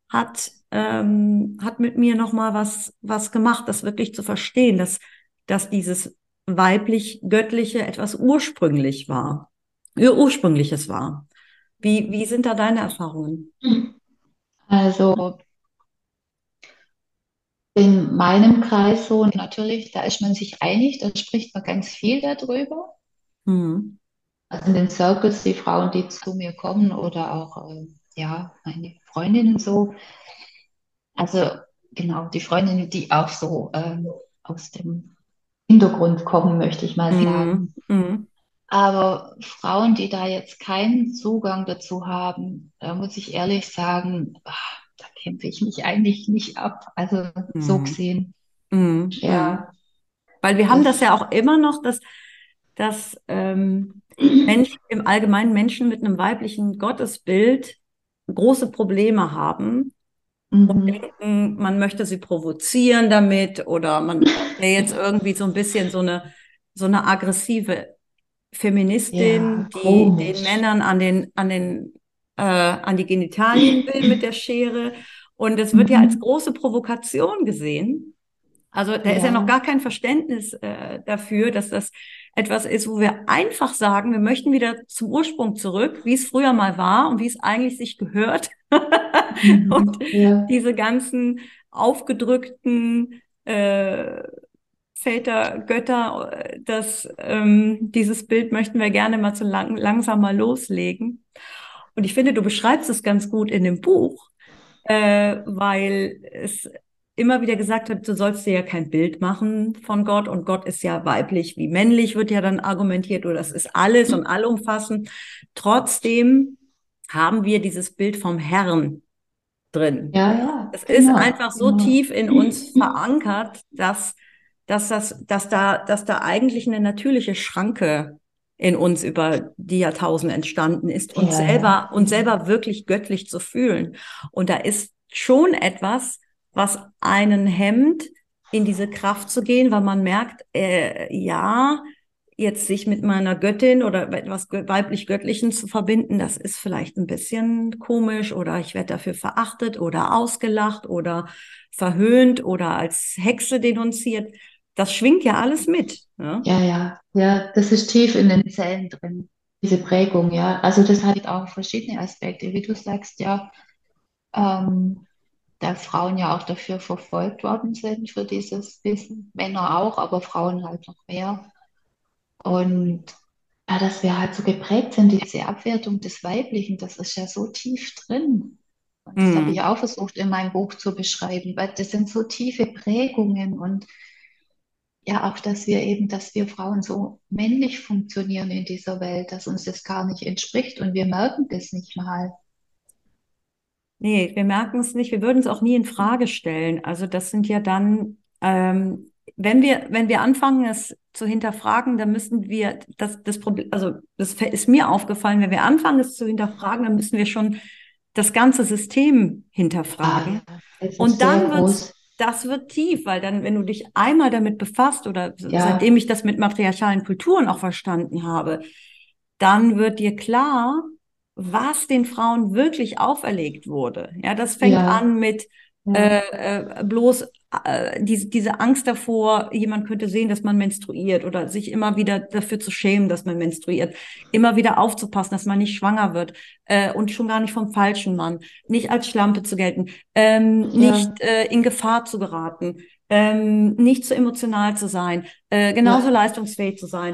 hat mit mir nochmal was gemacht, das wirklich zu verstehen, dass dieses weiblich-göttliche etwas ursprüngliches war. Wie sind da deine Erfahrungen? Also in meinem Kreis so, natürlich, da ist man sich einig, da spricht man ganz viel darüber. Hm. Also in den Circles, die Frauen, die zu mir kommen oder auch ja, meine Freundinnen so. Also genau, die Freundinnen, die auch so aus dem Hintergrund kommen, möchte ich mal Mhm. sagen. Mhm. Aber Frauen, die da jetzt keinen Zugang dazu haben, da muss ich ehrlich sagen, da kämpfe ich mich eigentlich nicht ab. Also so Mhm. gesehen, Mhm. Mhm. ja, Weil wir haben das das. ja auch immer noch, dass Menschen, im Allgemeinen Menschen mit einem weiblichen Gottesbild große Probleme haben und Mhm. denken, man möchte sie provozieren damit oder man wäre jetzt irgendwie so ein bisschen so eine aggressive Feministin, Ja, die den komisch. Männern an die Genitalien will mit der Schere. Und es wird ja als Mhm. große Provokation gesehen. Also da ist ja noch Ja. gar kein Verständnis dafür, dass das etwas ist, wo wir einfach sagen, wir möchten wieder zum Ursprung zurück, wie es früher mal war und wie es eigentlich sich gehört. Und Mhm. Ja. diese ganzen aufgedrückten Väter, Götter, dieses Bild möchten wir gerne mal langsam mal loslegen. Und ich finde, du beschreibst es ganz gut in dem Buch, weil es immer wieder gesagt hat, du sollst dir ja kein Bild machen von Gott und Gott ist ja weiblich wie männlich, wird ja dann argumentiert, oder das ist alles und allumfassend. Trotzdem haben wir dieses Bild vom Herrn drin. Ja, ja, Es ist genau, einfach so genau. tief in uns verankert, dass da eigentlich eine natürliche Schranke in uns über die Jahrtausende entstanden ist, uns Ja, ja, selber wirklich göttlich zu fühlen. Und da ist schon etwas, was einen hemmt, in diese Kraft zu gehen, weil man merkt, ja, jetzt sich mit meiner Göttin oder etwas weiblich-göttlichen zu verbinden, das ist vielleicht ein bisschen komisch oder ich werde dafür verachtet oder ausgelacht oder verhöhnt oder als Hexe denunziert. Das schwingt ja alles mit. Ne? Ja, das ist tief in den Zellen drin, diese Prägung, ja. Also das hat auch verschiedene Aspekte, wie du sagst, ja, ähm, da Frauen ja auch dafür verfolgt worden sind für dieses Wissen, Männer auch, aber Frauen halt noch mehr. Und ja, dass wir halt so geprägt sind, diese Abwertung des Weiblichen, das ist ja so tief drin. Und das habe ich Mhm. auch versucht in meinem Buch zu beschreiben, weil das sind so tiefe Prägungen und ja auch, dass wir Frauen so männlich funktionieren in dieser Welt, dass uns das gar nicht entspricht und wir merken das nicht mal. Nee, wir merken es nicht. Wir würden es auch nie in Frage stellen. Also das sind ja dann, wenn wir anfangen, es zu hinterfragen, dann müssen wir das Problem, also das ist mir aufgefallen, wenn wir anfangen, es zu hinterfragen, dann müssen wir schon das ganze System Ah hinterfragen. ja, es ist Und sehr dann groß. das wird tief, weil dann, wenn du dich einmal damit befasst oder Ja, seitdem ich das mit matriarchalen Kulturen auch verstanden habe, dann wird dir klar, was den Frauen wirklich auferlegt wurde. Ja, das fängt ja, an mit ja, bloß diese Angst davor, jemand könnte sehen, dass man menstruiert oder sich immer wieder dafür zu schämen, dass man menstruiert, immer wieder aufzupassen, dass man nicht schwanger wird und schon gar nicht vom falschen Mann, nicht als Schlampe zu gelten, nicht ja, in Gefahr zu geraten, nicht zu emotional zu sein, genauso ja, leistungsfähig zu sein,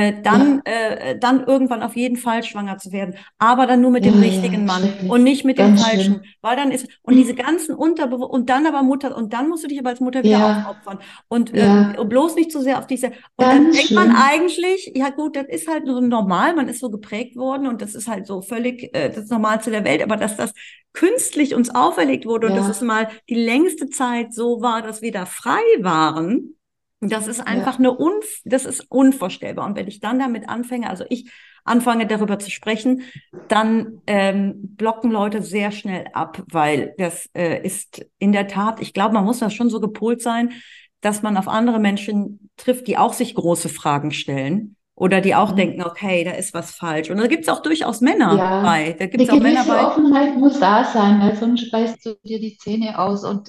ja, dann irgendwann auf jeden Fall schwanger zu werden, aber dann nur mit dem ja, richtigen ja, Mann und schrecklich, nicht mit dem ganz falschen, schlimm. weil dann ist, und diese Hm. ganzen und dann aber Mutter, und dann musst du dich aber als Mutter wieder Ja, aufopfern und ja, bloß nicht zu sehr auf und dann ganz denkt man schlimm. eigentlich, ja gut, das ist halt so normal, man ist so geprägt worden und das ist halt so völlig das Normalste der Welt, aber dass das künstlich uns auferlegt wurde und dass es Ja, mal die längste Zeit so war, dass wir da frei waren, das ist einfach ja, das ist unvorstellbar. Und wenn ich dann damit anfange, also ich anfange darüber zu sprechen, dann blocken Leute sehr schnell ab, weil das ist in der Tat, ich glaube, man muss da schon so gepolt sein, dass man auf andere Menschen trifft, die auch sich große Fragen stellen oder die auch hm. denken, okay, da ist was falsch. Und da gibt es auch durchaus Männer Ja, bei. Da gibt eine es auch Männer gewisse bei. Offenheit muss da sein, weil sonst beißt du dir die Zähne aus und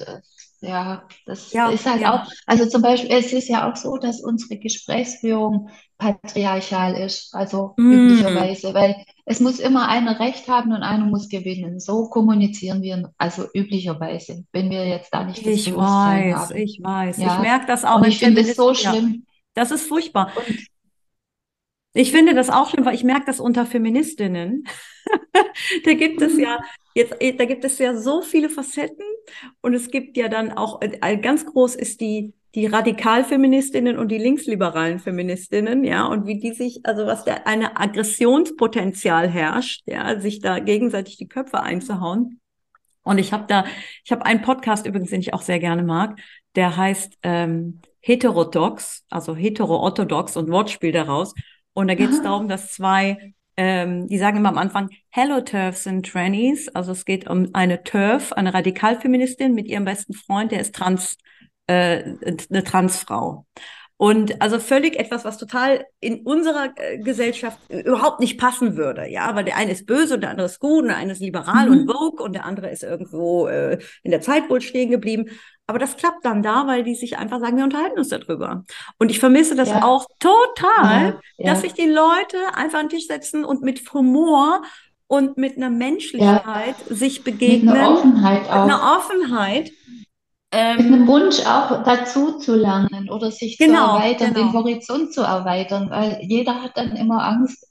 ja, das ist Ja, halt auch, ja, also zum Beispiel, es ist ja auch so, dass unsere Gesprächsführung patriarchal ist, also mm, üblicherweise, weil es muss immer einer Recht haben und einer muss gewinnen. So kommunizieren wir, also üblicherweise, wenn wir jetzt da nicht das ich Bewusstsein weiß, haben. ich weiß. Ich Ja, merke das auch und in ich finde es so Ja, schlimm. das ist furchtbar. Und Ich finde das auch schlimm, weil ich merke das unter Feministinnen. Da gibt es ja da gibt es ja so viele Facetten und es gibt ja dann auch, ganz groß ist die Radikalfeministinnen und die linksliberalen Feministinnen, ja, und wie die sich, also was da eine Aggressionspotenzial herrscht, ja, sich da gegenseitig die Köpfe einzuhauen. Und ich habe einen Podcast übrigens, den ich auch sehr gerne mag, der heißt Heterodox, also heteroorthodox und Wortspiel daraus. Und da geht es darum, dass die sagen immer am Anfang, Hello TERFs and Trannies. Also es geht um eine TERF, eine Radikalfeministin mit ihrem besten Freund, der ist eine Transfrau. Und also völlig etwas, was total in unserer Gesellschaft überhaupt nicht passen würde. Ja, weil der eine ist böse und der andere ist gut und der eine ist liberal und mhm, woke und der andere ist irgendwo in der Zeit wohl stehen geblieben. Aber das klappt dann da, weil die sich einfach sagen, wir unterhalten uns darüber. Und ich vermisse das ja, auch total, ja, dass sich ja, die Leute einfach an den Tisch setzen und mit Humor und mit einer ja, Menschlichkeit sich mit einer begegnen, Offenheit mit auch. einer Offenheit. Mit einem Ähm, Wunsch auch dazu zu lernen oder sich zu genau, erweitern, den genau. Horizont zu erweitern, weil jeder hat dann immer Angst,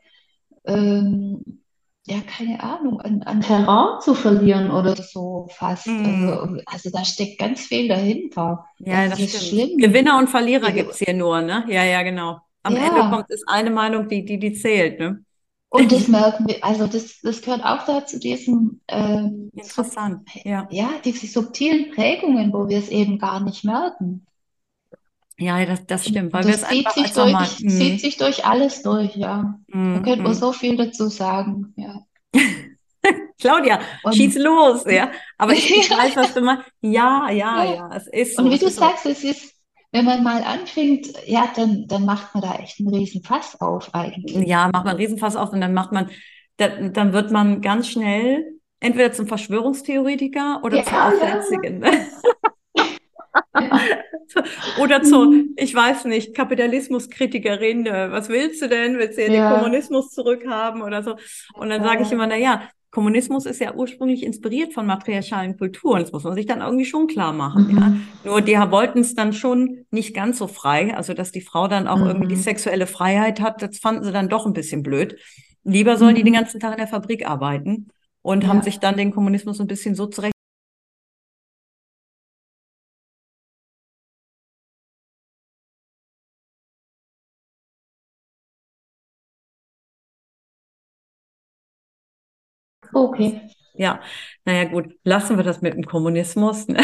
ja, keine Ahnung, an Terrain zu verlieren oder so fast. Mm. Also da steckt ganz viel dahinter. Ja, Das das ist stimmt. schlimm. Gewinner und Verlierer Die- gibt's hier nur, ne? Ja, ja, genau. Am Ende kommt Ja, es eine Meinung, die zählt, ne? und das merken wir, also das gehört auch dazu, diesen, Interessant, ja. ja, diese subtilen Prägungen, wo wir es eben gar nicht merken. Ja, das stimmt, Und weil wir es das einfach als normal. zieht sich durch alles durch, ja. Da Mm, könnte man mm. so viel dazu sagen, ja. Claudia, schieß Und, los, ja. Aber ich weiß, ja, was du meinst. Ja, ja, ja. ja, es ist so. Und wie Es du ist so. sagst, es ist, wenn man mal anfängt, ja, dann macht man da echt einen riesen Fass auf eigentlich. Ja, macht man einen Riesenfass auf und dann wird man ganz schnell entweder zum Verschwörungstheoretiker oder Ja, zur ja, Aussätzigen. ja. Oder zur, Mhm. ich weiß nicht, Kapitalismuskritikerin. Was willst du denn? Willst du ja den Ja, Kommunismus zurückhaben oder so? Und dann sage ich äh, immer, na ja, Kommunismus ist ja ursprünglich inspiriert von matriarchalen Kulturen. Das muss man sich dann irgendwie schon klar machen, ja. mhm, Nur die wollten es dann schon nicht ganz so frei, also dass die Frau dann auch irgendwie die mhm, sexuelle Freiheit hat, das fanden sie dann doch ein bisschen blöd. Lieber sollen die den mhm. ganzen Tag in der Fabrik arbeiten und haben sich Ja, dann den Kommunismus ein bisschen so zurecht. okay. Ja, naja, gut, lassen wir das mit dem Kommunismus. Ne?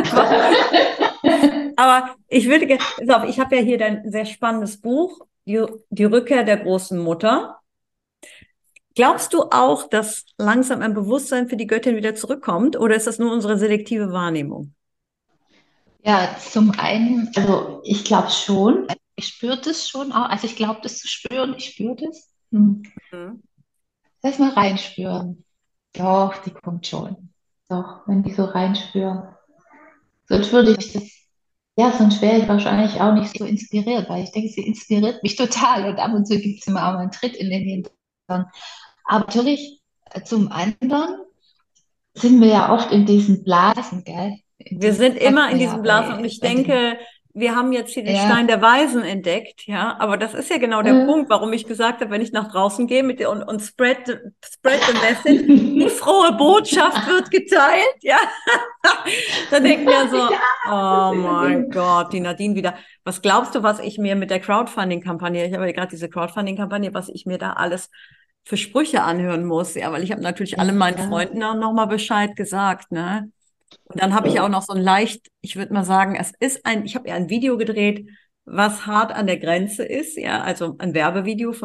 Aber ich würde gerne, pass auf, ich habe ja hier dein sehr spannendes Buch, die Rückkehr der großen Mutter. Glaubst du auch, dass langsam ein Bewusstsein für die Göttin wieder zurückkommt, oder ist das nur unsere selektive Wahrnehmung? Ja, zum einen, also ich glaube schon, ich spüre das schon auch, also ich glaube das zu spüren, ich spüre das. Hm. Mhm. Lass mal reinspüren. Doch, die kommt schon. Doch, wenn die so reinspüren. Sonst würde ich das, ja, sonst wäre ich wahrscheinlich auch nicht so inspiriert, weil ich denke, sie inspiriert mich total und ab und zu gibt es immer auch mal einen Tritt in den Hintern. Aber natürlich, zum anderen sind wir ja oft in diesen Blasen, gell? In Wir diesen, sind immer sagt in man ja diesem Blasen und ich bei den, denke, wir haben jetzt hier den ja, Stein der Weisen entdeckt, ja, aber das ist ja genau der äh, Punkt, warum ich gesagt habe, wenn ich nach draußen gehe und spread the message, die frohe Botschaft wird geteilt, ja, dann denken wir so, ja, das oh ist ja mein genau. Gott, die Nadine wieder. Was glaubst du, was ich mir mit der Crowdfunding-Kampagne, ich habe ja gerade diese Crowdfunding-Kampagne, was ich mir da alles für Sprüche anhören muss, ja, weil ich habe natürlich allen meinen Ja, Freunden auch nochmal Bescheid gesagt, ne? Und dann habe ich auch noch so ein leicht, ich würde mal sagen, ich habe ja ein Video gedreht, was hart an der Grenze ist, ja, also ein Werbevideo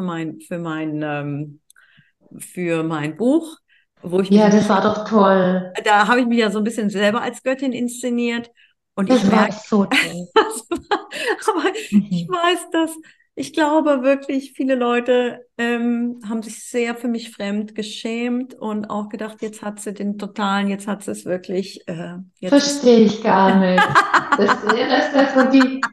für mein Buch, wo ich mich ja, ein das war bisschen, doch toll. da habe ich mich ja so ein bisschen selber als Göttin inszeniert und ich Das war merke, so toll. aber ich Mhm. weiß, ich glaube wirklich, viele Leute haben sich sehr für mich fremd geschämt und auch gedacht, jetzt hat sie es wirklich, jetzt ist Verstehe ich gar nicht. Das so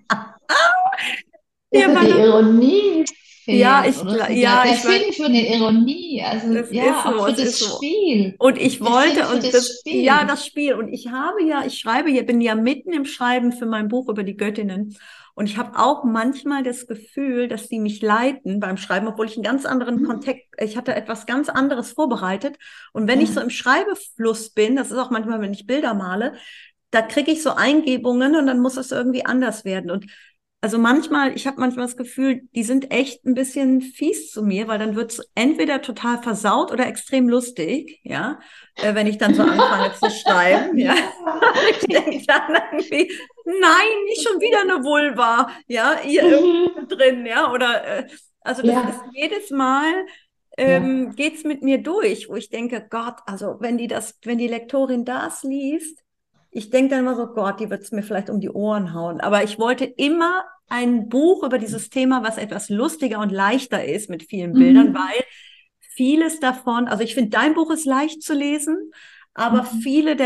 ja, die Ironie fehlt. Oder so ja, der ich weiß, Sinn für eine Ironie. Also es ist ja, auch so, für es das ist so. Spiel. Und ich Der Sinn wollte, für und das ja, Spiel. das Spiel. Und ich schreibe hier, bin ja mitten im Schreiben für mein Buch über die Göttinnen. Und ich habe auch manchmal das Gefühl, dass die mich leiten beim Schreiben, obwohl ich einen ganz anderen Hm? Kontext, ich hatte etwas ganz anderes vorbereitet. Und wenn ich so Ja, im Schreibefluss bin, das ist auch manchmal, wenn ich Bilder male, da kriege ich so Eingebungen und dann muss es irgendwie anders werden. Und also manchmal, ich habe manchmal das Gefühl, die sind echt ein bisschen fies zu mir, weil dann wird es entweder total versaut oder extrem lustig, ja, wenn ich dann so anfange zu schreiben, ja. ja. Und ich denke dann irgendwie, nein, nicht schon wieder eine Vulva, ja, hier Mhm. irgendwo drin, ja, oder also das ist Ja, jedes Mal ja. geht's mit mir durch, wo ich denke, Gott, also wenn die Lektorin das liest, ich denke dann immer so, Gott, die wird es mir vielleicht um die Ohren hauen. Aber ich wollte immer ein Buch über dieses Thema, was etwas lustiger und leichter ist mit vielen Bildern, Mhm. weil vieles davon, also ich finde, dein Buch ist leicht zu lesen, aber Mhm. viele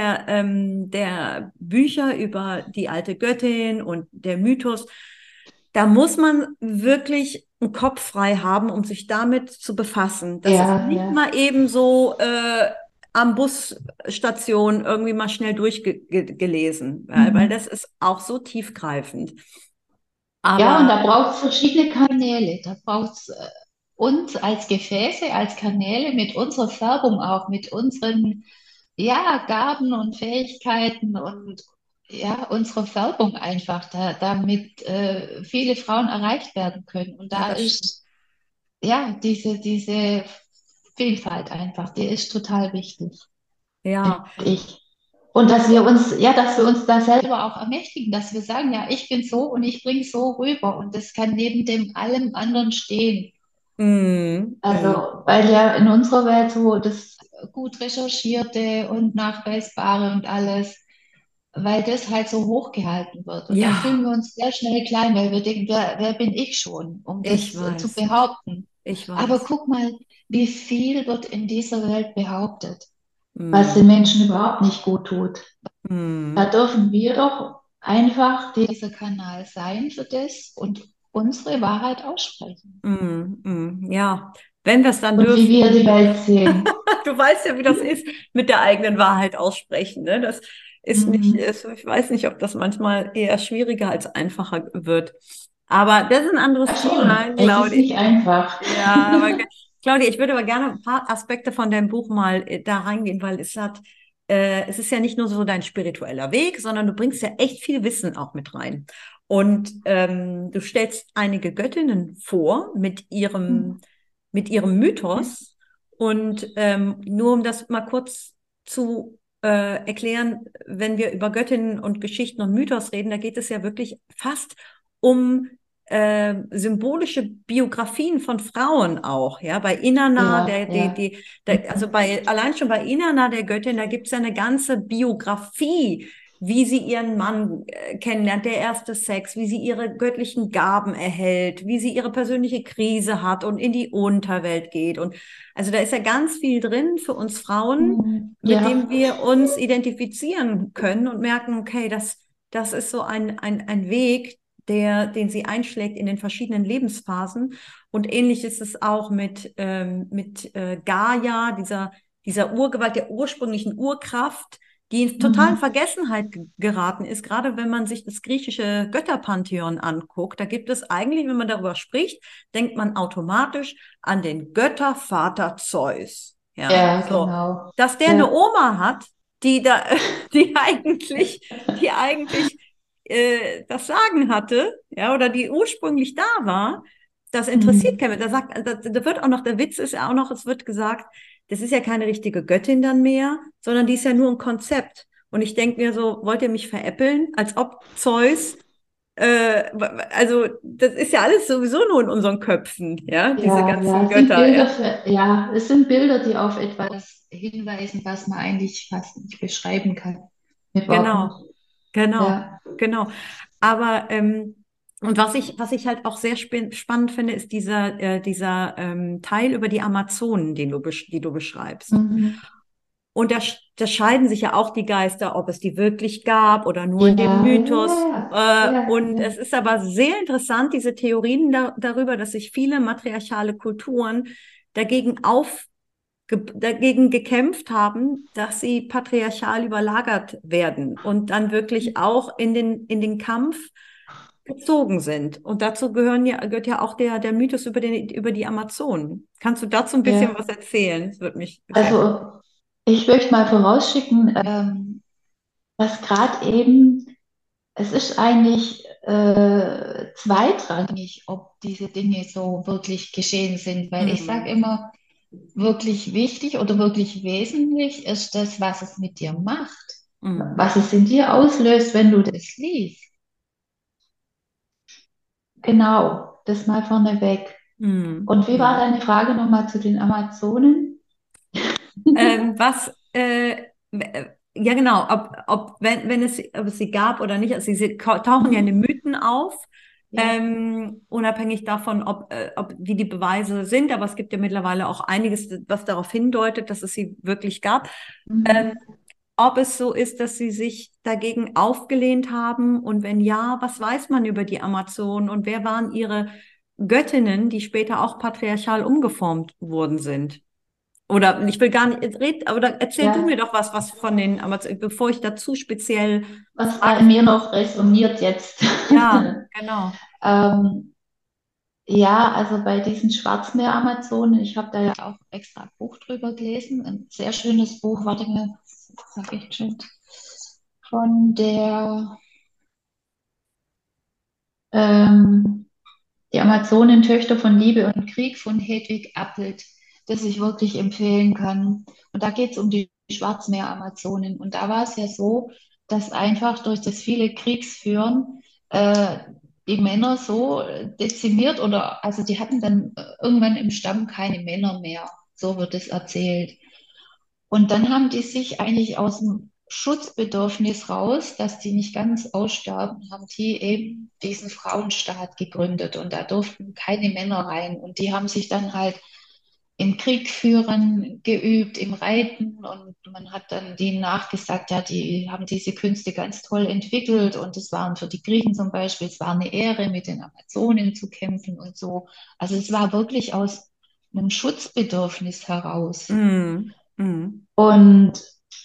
der Bücher über die alte Göttin und der Mythos, da muss man wirklich einen Kopf frei haben, um sich damit zu befassen. Das ist Ja, nicht ja. mal eben so am Busstation irgendwie mal schnell durchgelesen, weil Mhm. das ist auch so tiefgreifend. Ja, und Aber da braucht es verschiedene Kanäle. Da braucht es uns als Gefäße, als Kanäle mit unserer Färbung auch, mit unseren ja, Gaben und Fähigkeiten und ja, unsere Färbung einfach, damit viele Frauen erreicht werden können. Und ja, da das stimmt. ist ja diese Vielfalt einfach, die ist total wichtig, finde Ja. ich. Und dass wir uns, ja, dass wir uns da selber auch ermächtigen, dass wir sagen, ja, ich bin so und ich bringe so rüber und das kann neben dem allem anderen stehen. Mm, mm. Also, weil ja in unserer Welt so das gut recherchierte und nachweisbare und alles weil das halt so hochgehalten wird. Und da fühlen Ja, wir uns sehr schnell klein, weil wir denken, wer bin ich schon, um ich das zu weiß. behaupten. Ich Aber weiß. guck mal, wie viel wird in dieser Welt behauptet, was Mm, den Menschen überhaupt nicht gut tut. Da mm, dürfen wir doch einfach dieser Kanal sein für das und unsere Wahrheit aussprechen. ja, wenn wir es dann Und wie dürfen. wir die Welt sehen. Du weißt ja, wie das ist mit der eigenen Wahrheit aussprechen, ne? Das ist nicht, Mhm. ich weiß nicht, ob das manchmal eher schwieriger als einfacher wird. Aber das ist ein anderes Ja, Thema, schon. Es ist Claudia. nicht einfach. Ja, aber Claudia, ich würde aber gerne ein paar Aspekte von deinem Buch mal da reingehen, weil es ist ja nicht nur so dein spiritueller Weg, sondern du bringst ja echt viel Wissen auch mit rein. Und du stellst einige Göttinnen vor mit ihrem Mythos. Und nur um das mal kurz zu erklären, wenn wir über Göttinnen und Geschichten und Mythos reden, da geht es ja wirklich fast um symbolische Biografien von Frauen auch, ja, bei Inanna, Ja, ja. also Mhm. allein schon bei Inanna, der Göttin, da gibt es ja eine ganze Biografie, wie sie ihren Mann kennenlernt, der erste Sex, wie sie ihre göttlichen Gaben erhält, wie sie ihre persönliche Krise hat und in die Unterwelt geht. Und also da ist ja ganz viel drin für uns Frauen, Mhm. mit Ja. dem wir uns identifizieren können und merken, okay, das ist so ein Weg, den sie einschlägt in den verschiedenen Lebensphasen. Und ähnlich ist es auch mit Gaia, dieser Urgewalt, der ursprünglichen Urkraft, die in totalen Mhm. Vergessenheit geraten ist, gerade wenn man sich das griechische Götterpantheon anguckt. Da gibt es eigentlich, wenn man darüber spricht, denkt man automatisch an den Göttervater Zeus. Ja, Ja, so. genau. Dass der eine Ja. Oma hat, die da, die eigentlich, die eigentlich das Sagen hatte, ja, oder die ursprünglich da war, das interessiert Mhm. keinen. Da wird auch noch, der Witz ist ja auch noch, es wird gesagt, das ist ja keine richtige Göttin dann mehr, sondern die ist ja nur ein Konzept. Und ich denke mir so, wollt ihr mich veräppeln? Als ob Zeus, also das ist ja alles sowieso nur in unseren Köpfen, ja, diese Ja, ja, ganzen es sind Götter, Bilder ja. ja, es sind Bilder, die auf etwas hinweisen, was man eigentlich fast nicht beschreiben kann mit Worten. Genau, genau, Ja. genau. Aber und was ich halt auch sehr spannend finde, ist dieser Teil über die Amazonen, die du beschreibst. Mhm. Und da scheiden sich ja auch die Geister, ob es die wirklich gab oder nur in dem Ja, Mythos. ja, ja, Und ja. es ist aber sehr interessant, diese Theorien darüber, dass sich viele matriarchale Kulturen dagegen dagegen gekämpft haben, dass sie patriarchal überlagert werden und dann wirklich auch in den Kampf gezogen sind. Und dazu gehört ja auch der Mythos über die Amazonen. Kannst du dazu ein bisschen Ja. was erzählen? Das würde mich sehr. Also ich möchte mal vorausschicken, dass gerade eben, es ist eigentlich zweitrangig, ob diese Dinge so wirklich geschehen sind, weil ich sage Mhm. immer, wirklich wichtig oder wirklich wesentlich ist das, was es mit dir macht, Mhm. was es in dir auslöst, wenn du das liest. Genau, das mal vorneweg. Mhm. Und wie war Mhm. deine Frage nochmal zu den Amazonen? Was, ja genau, ob es sie gab oder nicht, also sie tauchen ja in den Mhm. Mythen auf, Ja. unabhängig davon, wie die Beweise sind, aber es gibt ja mittlerweile auch einiges, was darauf hindeutet, dass es sie wirklich gab. Ähm, Mhm. ob es so ist, dass sie sich dagegen aufgelehnt haben und wenn ja, was weiß man über die Amazonen und wer waren ihre Göttinnen, die später auch patriarchal umgeformt worden sind? Oder ich will gar nicht reden, aber erzähl du mir Ja, doch was von den Amazonen, bevor ich dazu speziell was da frage. in mir noch resoniert jetzt. Ja, genau. Ähm, ja, also bei diesen Schwarzmeer-Amazonen, ich habe da ja auch extra ein Buch drüber gelesen, ein sehr schönes Buch, warte mal, sag ich schon, von der ähm, Die Amazonentöchter von Liebe und Krieg von Hedwig Appelt, das ich wirklich empfehlen kann. Und da geht es um die Schwarzmeer-Amazonen. Und da war es ja so, dass einfach durch das viele Kriegsführen äh, die Männer so dezimiert oder also die hatten dann irgendwann im Stamm keine Männer mehr. So wird es erzählt. Und dann haben die sich eigentlich aus dem Schutzbedürfnis raus, dass die nicht ganz aussterben, haben die eben diesen Frauenstaat gegründet und da durften keine Männer rein. Und die haben sich dann halt im Krieg führen geübt, im Reiten und man hat dann denen nachgesagt, ja, die haben diese Künste ganz toll entwickelt und es waren für die Griechen zum Beispiel, es war eine Ehre, mit den Amazonen zu kämpfen und so. Also es war wirklich aus einem Schutzbedürfnis heraus. Mhm. Mhm. Und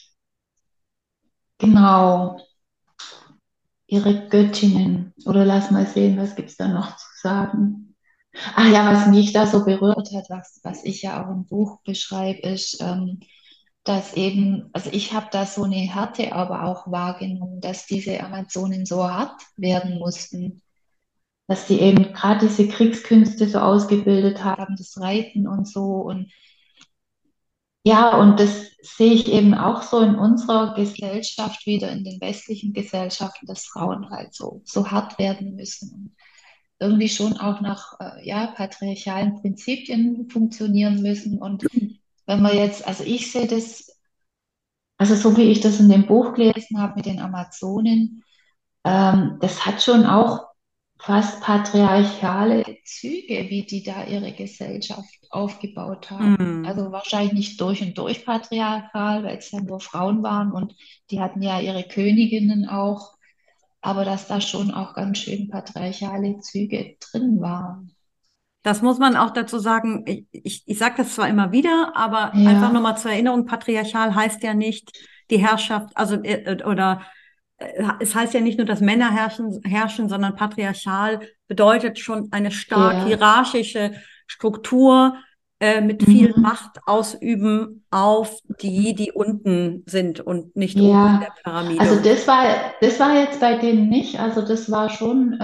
genau, ihre Göttinnen. Oder lass mal sehen, was gibt's da noch zu sagen? Ach ja, was mich da so berührt hat, was ich ja auch im Buch beschreibe, ist, dass eben, also ich habe da so eine Härte aber auch wahrgenommen, dass diese Amazonen so hart werden mussten, dass die eben gerade diese Kriegskünste so ausgebildet haben, das Reiten und so. Und ja, und das sehe ich eben auch so in unserer Gesellschaft wieder, in den westlichen Gesellschaften, dass Frauen halt so hart werden müssen und irgendwie schon auch nach ja, patriarchalen Prinzipien funktionieren müssen. Und wenn man jetzt, also ich sehe das, also so wie ich das in dem Buch gelesen habe mit den Amazonen, das hat schon auch fast patriarchale Züge, wie die da ihre Gesellschaft aufgebaut haben. Mhm. Also wahrscheinlich nicht durch und durch patriarchal, weil es ja nur Frauen waren und die hatten ja ihre Königinnen auch, aber dass da schon auch ganz schön patriarchale Züge drin waren. Das muss man auch dazu sagen. Ich sage das zwar immer wieder, aber einfach Ja, nochmal zur Erinnerung, patriarchal heißt ja nicht die Herrschaft, also oder es heißt ja nicht nur, dass Männer herrschen, sondern patriarchal bedeutet schon eine stark ja. hierarchische Struktur mit viel Mhm. Macht ausüben auf die, die unten sind und nicht oben in der Ja, Pyramide. also Und das war jetzt bei denen nicht. Also das war schon,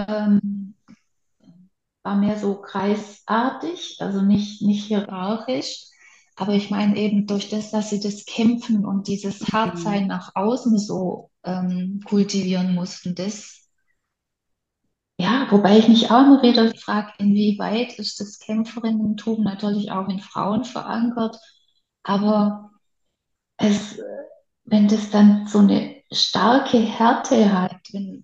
war mehr so kreisartig, also nicht hierarchisch. Aber ich meine eben durch das, dass sie das Kämpfen und dieses Hartsein nach außen so kultivieren mussten, das, ja, wobei ich mich auch immer wieder frage, inwieweit ist das Kämpferinnentum natürlich auch in Frauen verankert. Aber es, wenn das dann so eine starke Härte hat,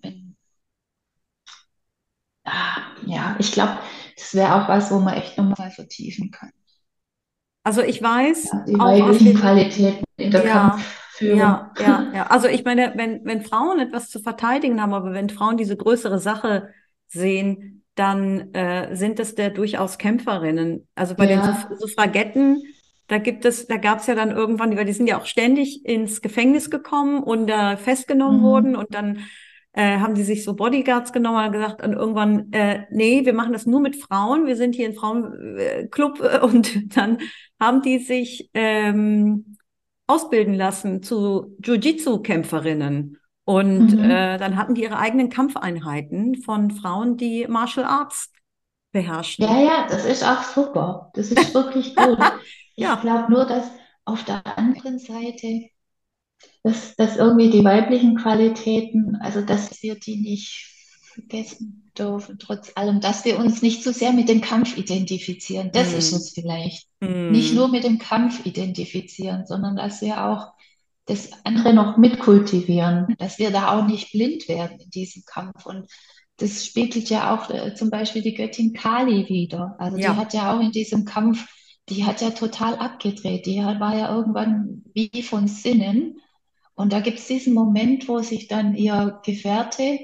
ja, ich glaube, das wäre auch was, wo man echt nochmal vertiefen kann. also ich weiß Ja, die auch aus weiblichen den Qualitäten in der Ja, Kampfführung. ja. Also ich meine, wenn Frauen etwas zu verteidigen haben, aber wenn Frauen diese größere Sache sehen, dann sind es der durchaus Kämpferinnen. Also bei den Ja, Suffragetten, da gab es ja dann irgendwann, weil die sind ja auch ständig ins Gefängnis gekommen und festgenommen wurden mhm. und dann haben die sich so Bodyguards genommen und gesagt, und irgendwann, nee, wir machen das nur mit Frauen, wir sind hier ein Frauenclub und dann haben die sich ausbilden lassen zu Jiu-Jitsu-Kämpferinnen. Und Mhm. dann hatten die ihre eigenen Kampfeinheiten von Frauen, die Martial Arts Ja, beherrschen. ja, das ist auch super. Das ist wirklich gut. Ich Ja, glaube nur, dass auf der anderen Seite, dass irgendwie die weiblichen Qualitäten, also dass wir die nicht vergessen dürfen, trotz allem, dass wir uns nicht so sehr mit dem Kampf identifizieren. Das ist hm, es vielleicht. Nicht nur hm, mit dem Kampf identifizieren, sondern dass wir auch das andere noch mitkultivieren, dass wir da auch nicht blind werden in diesem Kampf. Und das spiegelt ja auch zum Beispiel die Göttin Kali wieder. Also die ja. hat ja auch in diesem Kampf, die hat ja total abgedreht. War ja irgendwann wie von Sinnen. Und da gibt es diesen Moment, wo sich dann ihr Gefährte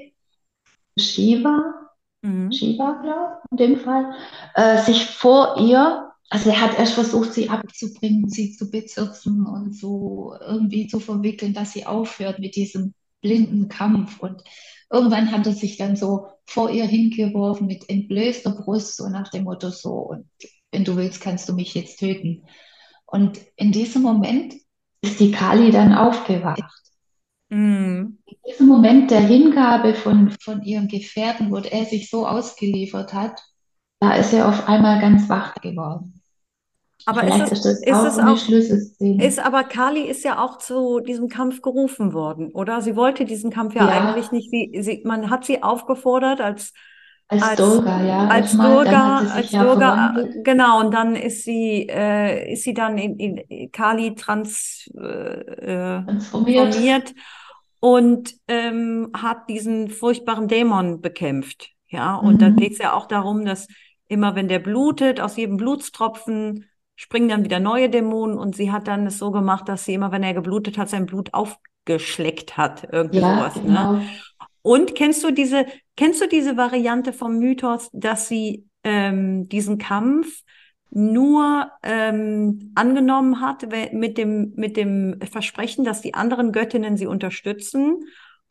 Shiva, Mhm. Shiva, glaube ich, in dem Fall, sich vor ihr, also er hat erst versucht, sie abzubringen, sie zu bezirzen und so irgendwie zu verwickeln, dass sie aufhört mit diesem blinden Kampf. Und irgendwann hat er sich dann so vor ihr hingeworfen mit entblößter Brust, so nach dem Motto so, und wenn du willst, kannst du mich jetzt töten. Und in diesem Moment ist die Kali dann aufgewacht. Mhm. Diesem Moment der Hingabe von ihrem Gefährten, wo er sich so ausgeliefert hat, da ist er auf einmal ganz wach geworden. Aber Vielleicht ist das ist auch es so eine auch, Schlüsselszene. aber Kali ist ja auch zu diesem Kampf gerufen worden, oder? Sie wollte diesen Kampf ja eigentlich Ja, nicht. Man hat sie aufgefordert als Als Durga, ja. Ich als meine, dann hat sie Durga, sich ja verwandelt. genau, und dann ist sie dann in Kali Transformiert. transformiert und hat diesen furchtbaren Dämon bekämpft. Ja, und da geht es Mhm. ja auch darum, dass immer wenn der blutet, aus jedem Blutstropfen springen dann wieder neue Dämonen und sie hat dann es so gemacht, dass sie immer, wenn er geblutet hat, sein Blut aufgeschleckt hat. Irgendwie Ja, sowas, ne? genau. Und kennst du diese Variante vom Mythos, dass sie diesen Kampf nur angenommen hat mit dem Versprechen, dass die anderen Göttinnen sie unterstützen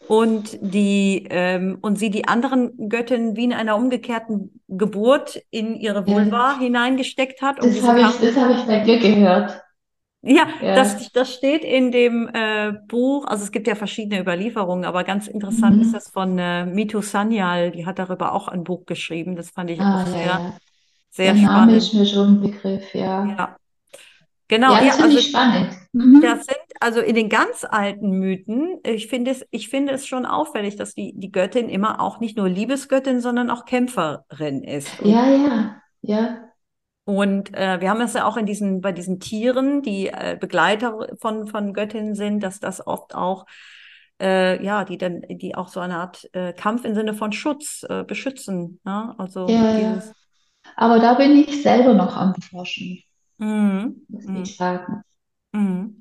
und sie die anderen Göttinnen wie in einer umgekehrten Geburt in ihre Ja, Vulva hineingesteckt hat, um diesen Kampf. das habe ich bei dir gehört. Ja, Ja. das steht in dem Buch, also es gibt ja verschiedene Überlieferungen, aber ganz interessant ist Mhm. das von Mitu Sanyal, die hat darüber auch ein Buch geschrieben, das fand ich auch Ah, ja, ja. Der sehr Name ist spannend. mir schon ein Begriff, ja. Ja, genau, Ja, das ja, finde also ich spannend. das Mhm. sind, also in den ganz alten Mythen, ich finde es schon auffällig, dass die Göttin immer auch nicht nur Liebesgöttin, sondern auch Kämpferin ist. Ja, ja, ja, Und wir haben es ja auch bei diesen Tieren, die Begleiter von Göttinnen sind, dass das oft auch, ja, die auch so eine Art Kampf im Sinne von Schutz, beschützen. Ne? Also ja, ja. dieses, Aber da bin ich selber noch am Forschen, mm, muss mm, ich sagen. mm.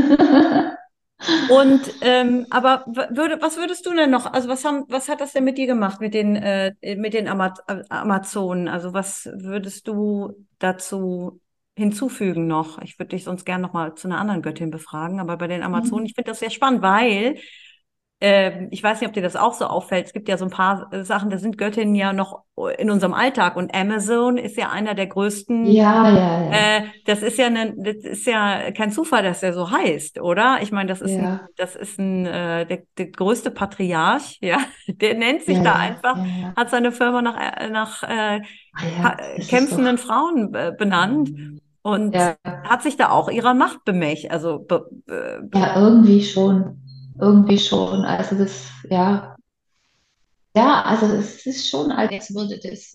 Und aber was würdest du denn noch, also was hat das denn mit dir gemacht, mit den Amazonen? Also was würdest du dazu hinzufügen noch? Ich würde dich sonst gern noch mal zu einer anderen Göttin befragen, aber bei den Amazonen, ich finde das sehr spannend, weil ich weiß nicht, ob dir das auch so auffällt. Es gibt ja so ein paar Sachen, da sind Göttinnen ja noch in unserem Alltag und Amazon ist ja einer der größten. Ja, ja, ja, Das ist ja kein Zufall, dass er so heißt, oder? Ich meine, ja, der größte Patriarch, ja, der nennt sich ja, da ja, einfach, ja, ja. hat seine Firma nach Ah ja, das ist kämpfenden doch, Frauen benannt und ja, hat sich da auch ihrer Macht bemächtigt, ja, irgendwie schon, irgendwie schon. Also das, ja, ja, also es ist schon, als würde das,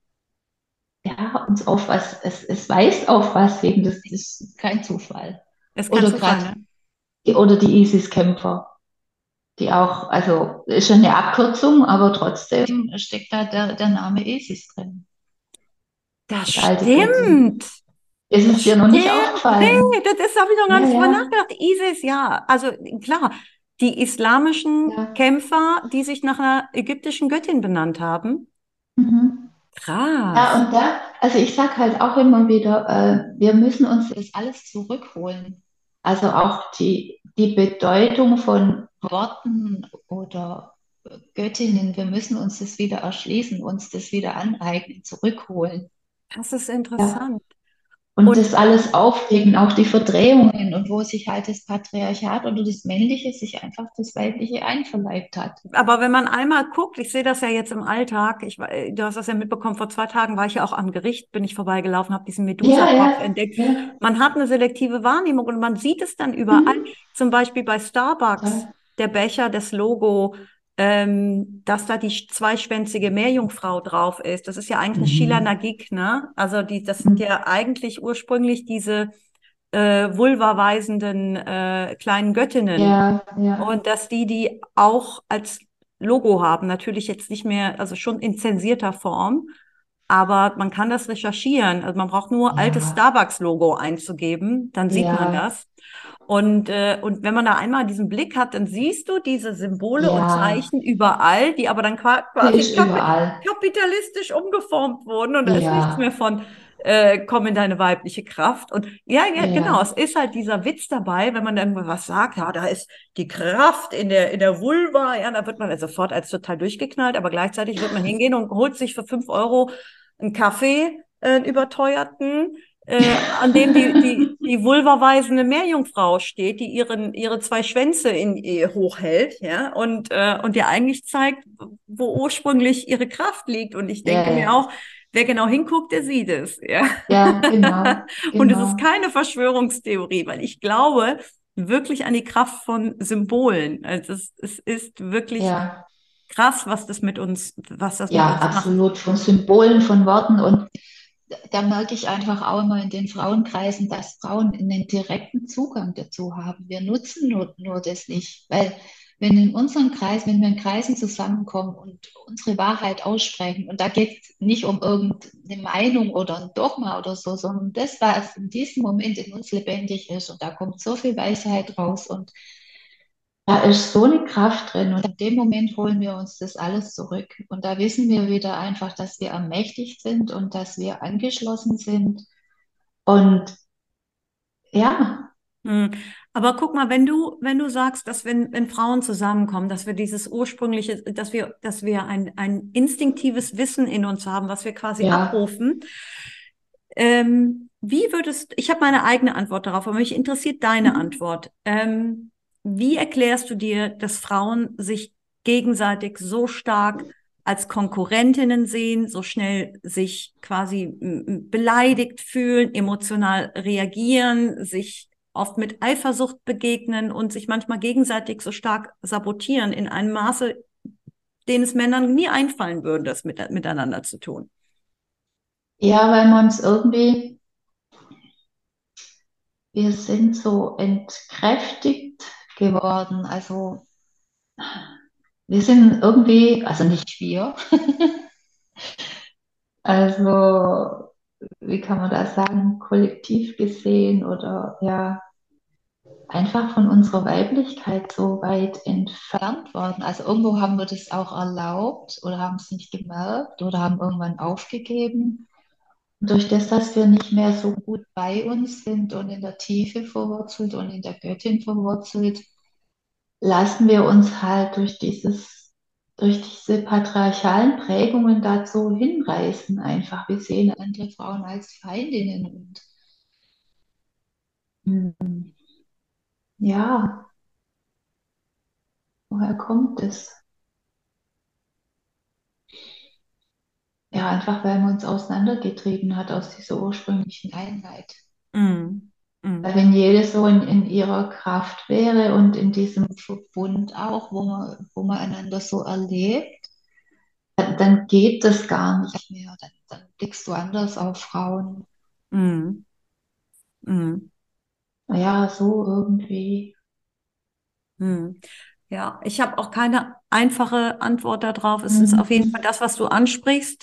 ja, uns auf was, es weist auf was hin, das ist kein Zufall. ist kein Oder Zufall, gerade, ne? oder die ISIS-Kämpfer, die auch, also ist schon eine Abkürzung, aber trotzdem steckt da der Name ISIS drin, Das die alte Göttin. stimmt. Ist es Das dir noch nicht stimmt. aufgefallen? Nee, das habe ich noch gar Ja, nicht drüber ja, nachgedacht. ISIS, ja. Also klar, die islamischen ja. Kämpfer, die sich nach einer ägyptischen Göttin benannt haben. Mhm. Ja, Krass. und da, also ich sage halt auch immer wieder, wir müssen uns das alles zurückholen. Also auch die Bedeutung von Worten oder Göttinnen, wir müssen uns das wieder erschließen, uns das wieder aneignen, zurückholen. Das ist Ja. interessant. Und Und das alles aufdecken, auch die Verdrehungen und wo sich halt das Patriarchat oder das Männliche sich einfach das Weibliche einverleibt hat. aber wenn man einmal guckt, ich sehe das ja jetzt im Alltag, du hast das ja mitbekommen, vor 2 Tagen war ich ja auch am Gericht, bin ich vorbeigelaufen, habe diesen Ja, Medusakopf ja, entdeckt. ja. Man hat eine selektive Wahrnehmung und man sieht es dann überall. Mhm. Zum Beispiel bei Starbucks, Total. der Becher, das Logo, dass da die zweischwänzige Meerjungfrau drauf ist. Das ist ja eigentlich eine Sheila Mhm. Nagik, ne? Also das sind Mhm. ja eigentlich ursprünglich diese vulvaweisenden kleinen Göttinnen. Ja, ja, Und dass die auch als Logo haben. Natürlich jetzt nicht mehr, also schon in zensierter Form, aber man kann das recherchieren. Also man braucht nur altes ja, Starbucks-Logo einzugeben, dann sieht man ja, das. Und wenn man da einmal diesen Blick hat, dann siehst du diese Symbole und ja, Zeichen überall, die aber dann die quasi ist überall. kapitalistisch umgeformt wurden und da ist nichts Ja, mehr von komm in deine weibliche Kraft. Und ja, ja, genau, es ja, ist halt dieser Witz dabei, wenn man dann was sagt, ja, da ist die Kraft in der Vulva, ja, da wird man also sofort als total durchgeknallt, aber gleichzeitig wird man hingehen und holt sich für 5 € einen Kaffee, einen überteuerten, an dem die vulvaweisende Meerjungfrau steht, die ihre 2 Schwänze in ihr hochhält, ja, und dir eigentlich zeigt, wo ursprünglich ihre Kraft liegt. Und ich ja, denke mir ja, auch, wer genau hinguckt, der sieht es, ja. ja, genau, Und es ist genau, keine Verschwörungstheorie, weil ich glaube wirklich an die Kraft von Symbolen. Also es ist wirklich ja. krass, was das mit uns Ja, macht. absolut, von Symbolen, von Worten. Und da merke ich einfach auch immer in den Frauenkreisen, dass Frauen einen direkten Zugang dazu haben. Wir nutzen nur das nicht, weil wenn wir in Kreisen zusammenkommen und unsere Wahrheit aussprechen, und da geht es nicht um irgendeine Meinung oder ein Dogma oder so, sondern das, was in diesem Moment in uns lebendig ist, und da kommt so viel Weisheit raus und da ist so eine Kraft drin, und in dem Moment holen wir uns das alles zurück. Und da wissen wir wieder einfach, dass wir ermächtigt sind und dass wir angeschlossen sind. Und ja, Hm. Aber guck mal, wenn du sagst, dass wenn Frauen zusammenkommen, dass wir dieses ursprüngliche, dass wir ein instinktives Wissen in uns haben, was wir quasi ja, abrufen, ich habe meine eigene Antwort darauf, aber mich interessiert deine mhm. Antwort. Wie erklärst du dir, dass Frauen sich gegenseitig so stark als Konkurrentinnen sehen, so schnell sich quasi beleidigt fühlen, emotional reagieren, sich oft mit Eifersucht begegnen und sich manchmal gegenseitig so stark sabotieren in einem Maße, den es Männern nie einfallen würde, das miteinander zu tun? Ja, weil wir uns irgendwie, wir sind so entkräftigt geworden. Also wir sind irgendwie, also nicht wir, also wie kann man das sagen, kollektiv gesehen oder ja, einfach von unserer Weiblichkeit so weit entfernt worden. Also irgendwo haben wir das auch erlaubt oder haben es nicht gemerkt oder haben irgendwann aufgegeben. Und durch das, dass wir nicht mehr so gut bei uns sind und in der Tiefe verwurzelt und in der Göttin verwurzelt, lassen wir uns halt durch diese patriarchalen Prägungen dazu hinreißen einfach. Wir sehen andere Frauen als Feindinnen und ja, woher kommt es? Ja, einfach weil man uns auseinandergetrieben hat aus dieser ursprünglichen Einheit. Mm, Weil mm, wenn jede so in ihrer Kraft wäre und in diesem Verbund auch, wo man einander so erlebt, dann geht das gar nicht mehr. Dann blickst du anders auf Frauen. mm, mm. Ja, so irgendwie. Hm. Ja, ich habe auch keine einfache Antwort darauf. Es ist auf jeden Fall Mhm. das, was du ansprichst.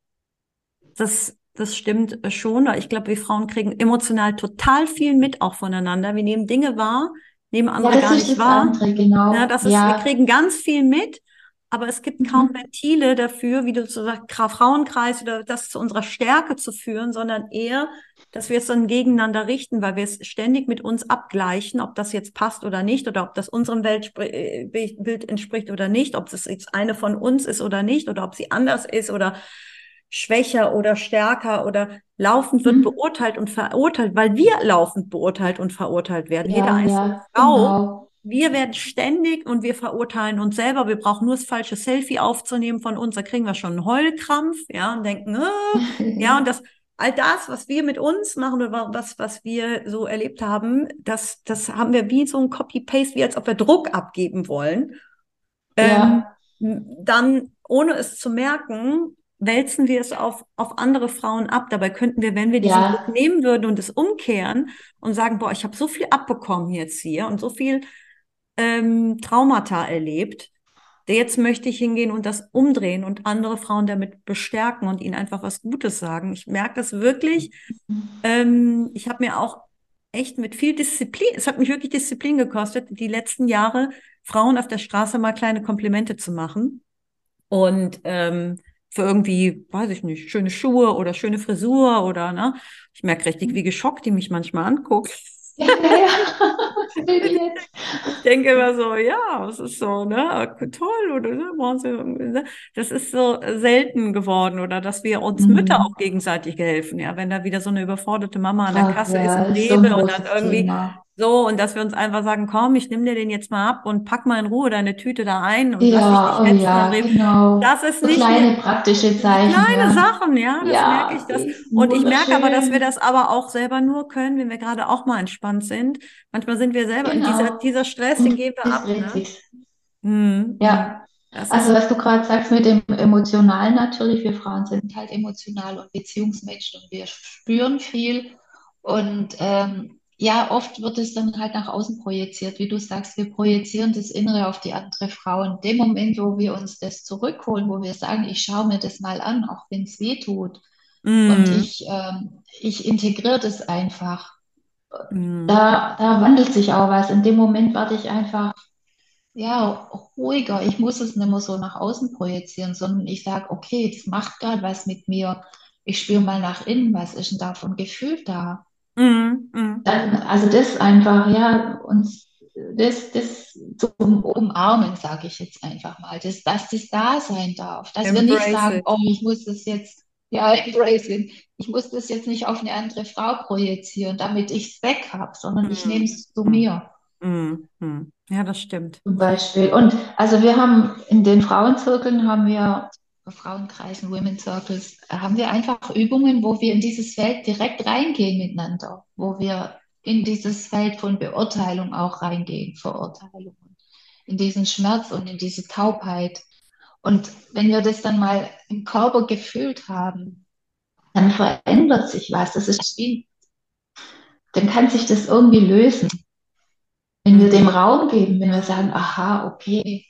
Das stimmt schon. Ich glaube, wir Frauen kriegen emotional total viel mit auch voneinander. Wir nehmen Dinge wahr, nehmen Ja, andere das gar ist nicht das wahr. andere, Ja, genau. wir Ja. kriegen ganz viel mit, aber es gibt kaum Mhm. Ventile dafür, wie du so sagst, Frauenkreis oder das zu unserer Stärke zu führen, sondern eher, dass wir es dann gegeneinander richten, weil wir es ständig mit uns abgleichen, ob das jetzt passt oder nicht, oder ob das unserem Weltbild entspricht oder nicht, ob das jetzt eine von uns ist oder nicht, oder ob sie anders ist oder schwächer oder stärker oder laufend wird Mhm. beurteilt und verurteilt, weil wir laufend beurteilt und verurteilt werden. Jede Ja, einzelne ja, Frau, genau. wir werden ständig und wir verurteilen uns selber. Wir brauchen nur das falsche Selfie aufzunehmen von uns, da kriegen wir schon einen Heulkrampf, ja, und denken, ja, und all das, was wir mit uns machen oder was wir so erlebt haben, das haben wir wie so ein Copy-Paste, wie als ob wir Druck abgeben wollen. Ja, Dann, ohne es zu merken, wälzen wir es auf andere Frauen ab. Dabei könnten wir, wenn wir diesen Druck ja, nehmen würden und es umkehren und sagen, boah, ich habe so viel abbekommen jetzt hier und so viel Traumata erlebt. Jetzt möchte ich hingehen und das umdrehen und andere Frauen damit bestärken und ihnen einfach was Gutes sagen. Ich merke das wirklich. Ich habe mir auch echt mit viel Disziplin, es hat mich wirklich Disziplin gekostet, die letzten Jahre Frauen auf der Straße mal kleine Komplimente zu machen. Und für irgendwie, weiß ich nicht, schöne Schuhe oder schöne Frisur oder, ne? Ich merke richtig, wie geschockt die mich manchmal anguckt. ja, ja. Will die jetzt? Ich denke immer so, ja, es ist so, ne, toll oder ne, ne? Das ist so selten geworden oder dass wir uns Mütter auch Mhm. gegenseitig helfen, ja, wenn da wieder so eine überforderte Mama an der Ach Kasse ist ja, im ist so ein Rewe und dann großes irgendwie Thema. so und dass wir uns einfach sagen, komm, ich nehme dir den jetzt mal ab und pack mal in Ruhe deine Tüte da ein und lass dich Ja, nicht oh hetzen am ja, Rewe. genau. Das ist So nicht mehr kleine praktische so Zeichen, kleine ja. Sachen, ja, das merke ich Ja, das. die sind Und ich merke aber, dass wir wunderschön. das aber auch selber nur können, wenn wir gerade auch mal entspannt sind. Manchmal sind wir selber, Genau. dieser Stress, den Und geben wir das ab, dreht ne? sich. Mhm. Mhm. Ja. Das Also ist, was du gerade sagst mit dem Emotionalen natürlich, wir Frauen sind halt emotional und Beziehungsmenschen und wir spüren viel. Und ja, oft wird es dann halt nach außen projiziert, wie du sagst, wir projizieren das Innere auf die andere Frau. In dem Moment, wo wir uns das zurückholen, wo wir sagen, ich schaue mir das mal an, auch wenn es weh tut, und mm, ich integriere das einfach, mm, da wandelt sich auch was. In dem Moment werde ich einfach ja, ruhiger. Ich muss es nicht mehr so nach außen projizieren, sondern ich sage, okay, das macht gerade was mit mir. Ich spüre mal nach innen, was ist denn da von Gefühl da? mm, mm. Dann, also das einfach, ja, uns das zum Umarmen, sage ich jetzt einfach mal, dass das da sein darf, dass wir nicht Embrace sagen, it. oh, ich muss das jetzt, ja, embrace it. Ich muss das jetzt nicht auf eine andere Frau projizieren, damit ich es weg habe, sondern ich nehme Mm, es zu mm, mir. mm. Ja, das stimmt. Zum Beispiel. Und also wir haben in den Frauenzirkeln haben wir, Frauenkreisen, Women Circles, haben wir einfach Übungen, wo wir in dieses Feld direkt reingehen miteinander, wo wir in dieses Feld von Beurteilung auch reingehen, Verurteilung, in diesen Schmerz und in diese Taubheit. Und wenn wir das dann mal im Körper gefühlt haben, dann verändert sich was. Das ist wie, dann kann sich das irgendwie lösen. Wenn wir dem Mm, Raum geben, wenn wir sagen, aha, okay,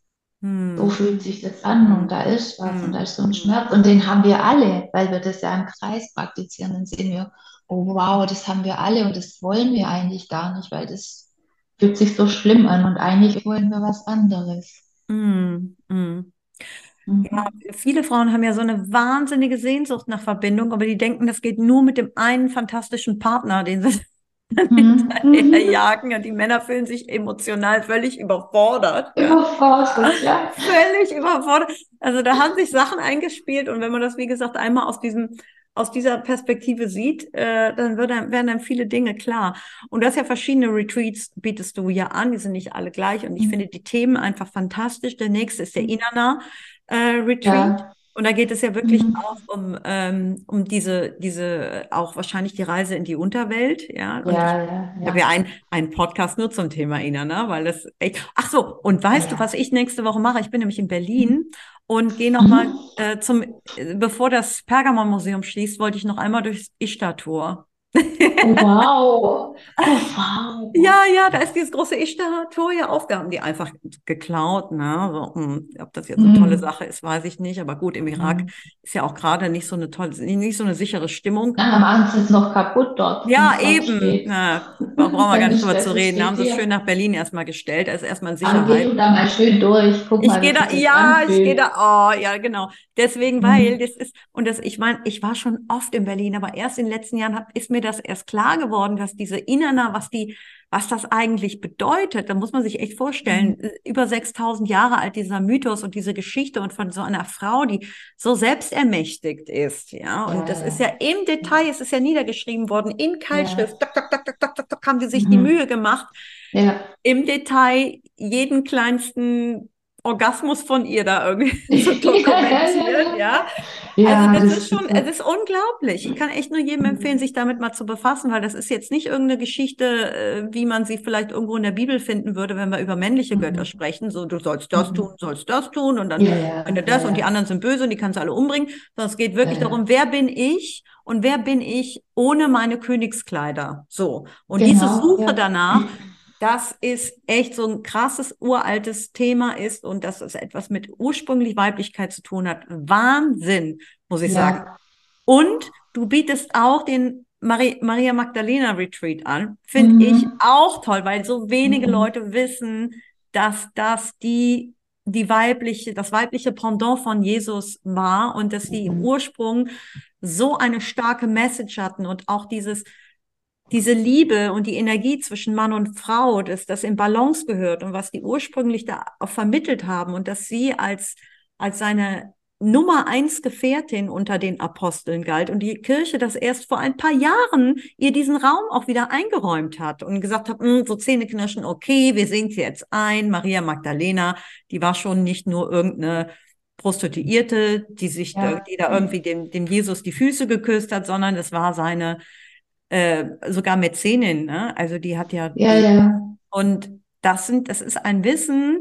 so mm, fühlt sich das an und mm, da ist was und da mm, ist so ein mm. Schmerz und den haben wir alle, weil wir das ja im Kreis praktizieren. Dann sehen wir, oh wow, das haben wir alle und das wollen wir eigentlich gar nicht, weil das fühlt sich so schlimm an und eigentlich wollen wir was anderes. Mm, mm. Ja, Mhm. viele Frauen haben ja so eine wahnsinnige Sehnsucht nach Verbindung, aber die denken, das geht nur mit dem einen fantastischen Partner, den sie dann Mhm. Mhm. hinterherjagen. Und die Männer fühlen sich emotional völlig überfordert. Ja. Überfordert, ja. Völlig überfordert. Also da haben sich Sachen eingespielt und wenn man das, wie gesagt, einmal aus dieser Perspektive sieht, dann werden dann viele Dinge klar. Und du hast ja verschiedene Retreats, bietest du ja an, die sind nicht alle gleich und ich finde die Themen einfach fantastisch. Der nächste ist der Inanna Retreat. Ja. Und da geht es ja wirklich Mhm. auch um diese, auch wahrscheinlich die Reise in die Unterwelt, ja. Und Ja, ja, ich habe ja ja. einen Podcast nur zum Thema Inanna, weil das echt. Ach so, und Ah, weißt du, was ja. ich nächste Woche mache? Ich bin nämlich in Mhm. Berlin und gehe nochmal Mhm. bevor das Pergamon-Museum schließt, wollte ich noch einmal durchs Ishtar-Tor. Oh, wow. Oh, wow. Ja, da ist dieses große Ishtar-Tor ja aufgehangen, die einfach geklaut, ne? So, ob das jetzt eine tolle Mhm. Sache ist, weiß ich nicht. Aber gut, im Irak Mhm. ist ja auch gerade nicht so eine tolle, nicht so eine sichere Stimmung. Na, machen sie es noch kaputt dort, wenn Ja, es dort eben. steht. Na, da brauchen wir gar Dann nicht ist drüber das, zu es reden. Da haben steht sie es hier. schön nach Berlin erstmal gestellt. Also erstmal in Aber geh Sicherheit. du da mal schön durch. Guck Ich mal, gehe wie da, sich das ja, ich gehe anfühlt. da, oh, ja, genau. Deswegen, weil Mhm. das ist, und das, ich meine, ich war schon oft in Berlin, aber erst in den letzten Jahren ist mir das erst klar geworden, dass diese Inanna, was das eigentlich bedeutet. Da muss man sich echt vorstellen, Mhm. über 6000 Jahre alt dieser Mythos und diese Geschichte und von so einer Frau, die so selbstermächtigt ist, ja. Und Ja, das ist ja ja, im Detail, es ist ja niedergeschrieben worden, in ja. Keilschrift, tak, tak, tak, tak, tak, tak, tak, haben die sich die Mhm. Mühe gemacht, Ja. im Detail jeden kleinsten Orgasmus von ihr da irgendwie zu Ja, ja, ja, dokumentieren, ja. ja. Also Ja, das das ist ist schon, es super. ist unglaublich. Ich kann echt nur jedem empfehlen, Mhm. sich damit mal zu befassen, weil das ist jetzt nicht irgendeine Geschichte, wie man sie vielleicht irgendwo in der Bibel finden würde, wenn wir über männliche Götter Mhm. sprechen. So, du Mhm. sollst das tun und dann, Ja, wenn ja, du ja, das und die ja. anderen sind böse und die kannst du alle umbringen. Sondern es geht Ja, wirklich darum, ja. wer bin ich und wer bin ich ohne meine Königskleider? So. Und diese Genau, Suche ja. danach, das ist echt so ein krasses, uraltes Thema ist und dass es etwas mit ursprünglich Weiblichkeit zu tun hat. Wahnsinn, muss ich sagen. Ja. Und du bietest auch den Maria Magdalena Retreat an. Finde ich Mhm. auch toll, weil so wenige Mhm. Leute wissen, dass das das weibliche Pendant von Jesus war und dass sie im Mhm. Ursprung so eine starke Message hatten und auch diese Liebe und die Energie zwischen Mann und Frau, dass das in Balance gehört und was die ursprünglich da auch vermittelt haben und dass sie als seine Nummer eins Gefährtin unter den Aposteln galt und die Kirche das erst vor ein paar Jahren ihr diesen Raum auch wieder eingeräumt hat und gesagt hat, so Zähneknirschen, okay, wir sehen sie jetzt ein. Maria Magdalena, die war schon nicht nur irgendeine Prostituierte, Ja. die da irgendwie dem Jesus die Füße geküsst hat, sondern es war seine sogar Mäzenin, ne? Also die hat ja Ja, ja. und das ist ein Wissen,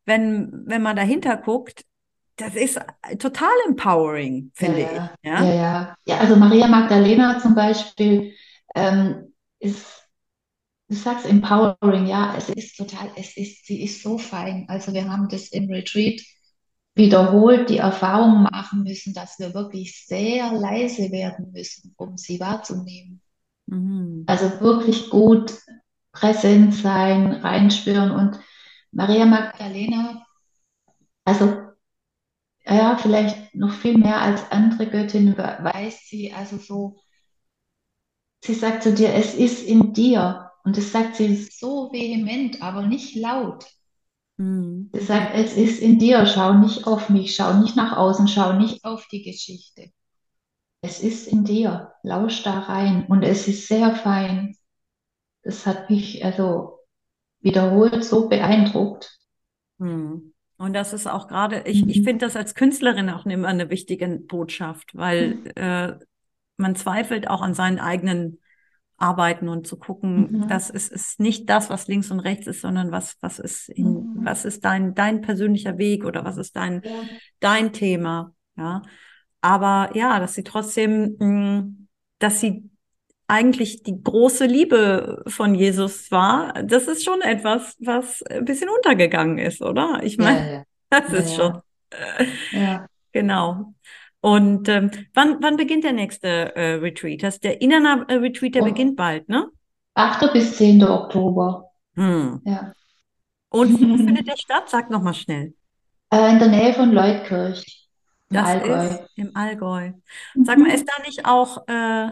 wenn man dahinter guckt, das ist total empowering, finde ich. Ja? Ja, also Maria Magdalena zum Beispiel ist, du sagst empowering, ja, sie ist so fein. Also wir haben das im Retreat wiederholt die Erfahrung machen müssen, dass wir wirklich sehr leise werden müssen, um sie wahrzunehmen. Mhm. Also wirklich gut präsent sein, reinspüren. Und Maria Magdalena, also ja, vielleicht noch viel mehr als andere Göttinnen weiß sie, also so, sie sagt zu dir, es ist in dir. Und das sagt sie so vehement, aber nicht laut. Mhm. Sie sagt, es ist in dir, schau nicht auf mich, schau nicht nach außen, schau nicht auf die Geschichte. Es ist in dir, lausch da rein. Und es ist sehr fein. Das hat mich also wiederholt so beeindruckt. Mhm. Und das ist auch gerade, ich Mhm. finde das als Künstlerin auch immer eine wichtige Botschaft, weil man zweifelt auch an seinen eigenen Arbeiten und zu gucken, Mhm. das ist nicht das, was links und rechts ist, sondern Mhm. was ist dein persönlicher Weg oder was ist Ja. dein Thema, ja. Aber ja, dass sie trotzdem, dass sie eigentlich die große Liebe von Jesus war, das ist schon etwas, was ein bisschen untergegangen ist, oder? Ich Ja, meine, ja, das ja, ist schon, ja, ja. genau. Und wann beginnt der nächste Retreat? Der Inner Retreat, der Und beginnt bald, ne? 8. bis 10. Oktober. Hm. Ja. Und wo findet der statt? Sag noch mal schnell. In der Nähe von Leutkirch im Das Allgäu. ist im Allgäu. Sag mal, ist Mhm. da nicht auch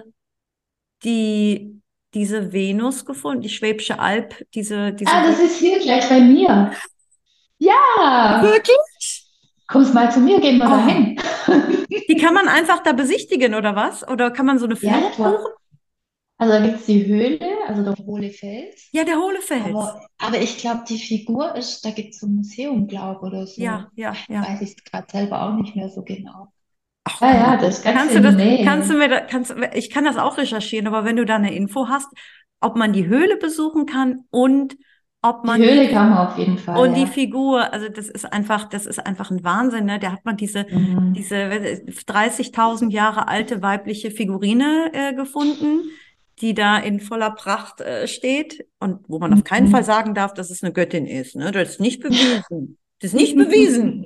die, diese Venus gefunden, die Schwäbische Alb, diese Ah, das Venus? ist hier gleich bei mir. Ja, Wirklich? kommst mal zu mir, gehen wir Oh, dahin. die kann man einfach da besichtigen, oder was? Oder kann man so eine Ja, Führung ich glaube, buchen? also da gibt es die Höhle, also der hohle Fels. Ja, der Hohlefels. Aber ich glaube, die Figur ist, da gibt es so ein Museum, glaube oder Ja, so. ja, ja. Weiß ich gerade selber auch nicht mehr so genau. Ach Ja, ja, gut. das ist ganz Kannst du in der das, kannst du Nähe. mir da, ich kann das auch recherchieren, aber wenn du da eine Info hast, ob man die Höhle besuchen kann und ob Die man Höhle kann man auf jeden Fall, und die ja. Figur, also das ist einfach ein Wahnsinn, ne? Da hat man Mhm. diese 30.000 Jahre alte weibliche Figurine gefunden, die da in voller Pracht steht und wo man auf keinen Fall Mhm. sagen darf, dass es eine Göttin ist, ne? Das ist nicht bewiesen. Das ist nicht bewiesen.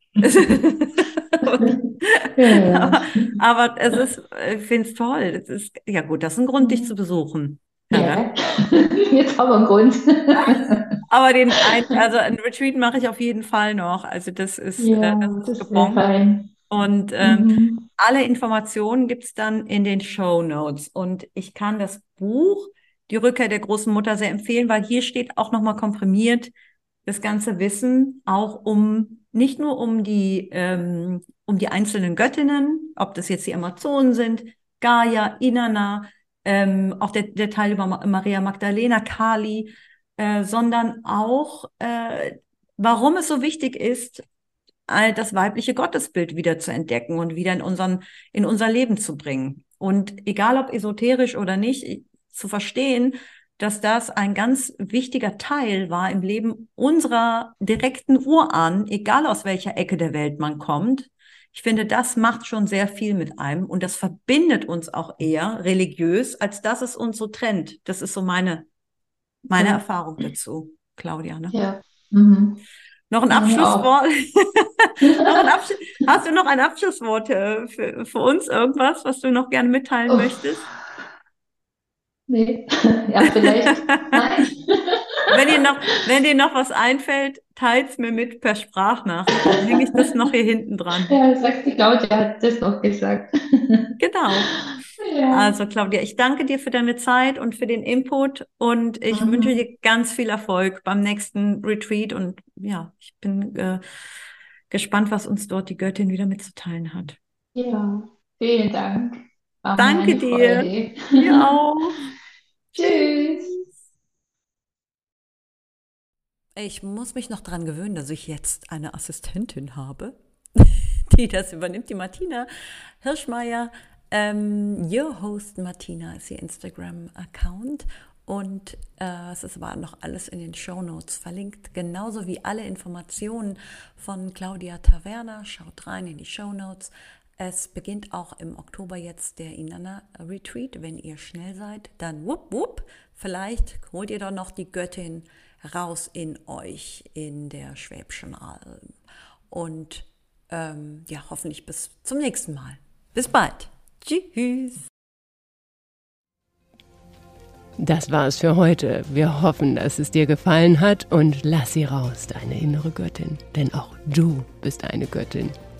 Ja, ja. Aber es ist, ich finde es toll. Es ist, ja gut, das ist ein Grund, dich zu besuchen. Ja, dann. Ja, jetzt haben wir einen Grund. Aber also ein Retreat mache ich auf jeden Fall noch. Also das Ja, ist das wäre gebongt. fein. Und Mhm. alle Informationen gibt's dann in den Show Notes. Und ich kann das Buch Die Rückkehr der großen Mutter sehr empfehlen, weil hier steht auch nochmal komprimiert das ganze Wissen, auch nicht nur um die einzelnen Göttinnen, ob das jetzt die Amazonen sind, Gaia, Inanna, auch der Teil über Maria Magdalena, Kali, sondern auch, warum es so wichtig ist, das weibliche Gottesbild wieder zu entdecken und wieder in unser Leben zu bringen. Und egal ob esoterisch oder nicht, zu verstehen, dass das ein ganz wichtiger Teil war im Leben unserer direkten Urahnen, egal aus welcher Ecke der Welt man kommt. Ich finde, das macht schon sehr viel mit einem und das verbindet uns auch eher religiös, als dass es uns so trennt. Das ist so meine Ja, Erfahrung dazu, Claudia, ne? ja. Mhm. Noch ein Meine auch. Abschlusswort? Noch ein Absch Hast du noch ein Abschlusswort für uns? Irgendwas, was du noch gerne mitteilen möchtest? Uff, nee. Ja, vielleicht. Nein. Wenn dir noch was einfällt, teils mir mit per Sprachnachricht. Dann hänge ich das noch hier hinten dran. Ja, sagst die Claudia hat das noch gesagt. Genau. Ja. Also, Claudia, ich danke dir für deine Zeit und für den Input und ich wünsche Mhm. dir ganz viel Erfolg beim nächsten Retreat und ja, ich bin gespannt, was uns dort die Göttin wieder mitzuteilen hat. Ja, vielen Dank. War mir Danke eine dir. Freude. Dir auch. Tschüss. Tschüss. Ich muss mich noch dran gewöhnen, dass ich jetzt eine Assistentin habe, die das übernimmt, die Martina Hirschmeier. Your Host Martina ist ihr Instagram-Account. Und es ist aber noch alles in den Shownotes verlinkt, genauso wie alle Informationen von Claudia Taverna. Schaut rein in die Shownotes. Es beginnt auch im Oktober jetzt der Inanna Retreat. Wenn ihr schnell seid, dann wupp wupp. Vielleicht holt ihr doch noch die Göttin raus in euch in der Schwäbischen Alb. Und hoffentlich bis zum nächsten Mal. Bis bald. Tschüss. Das war's für heute. Wir hoffen, dass es dir gefallen hat und lass sie raus, deine innere Göttin. Denn auch du bist eine Göttin.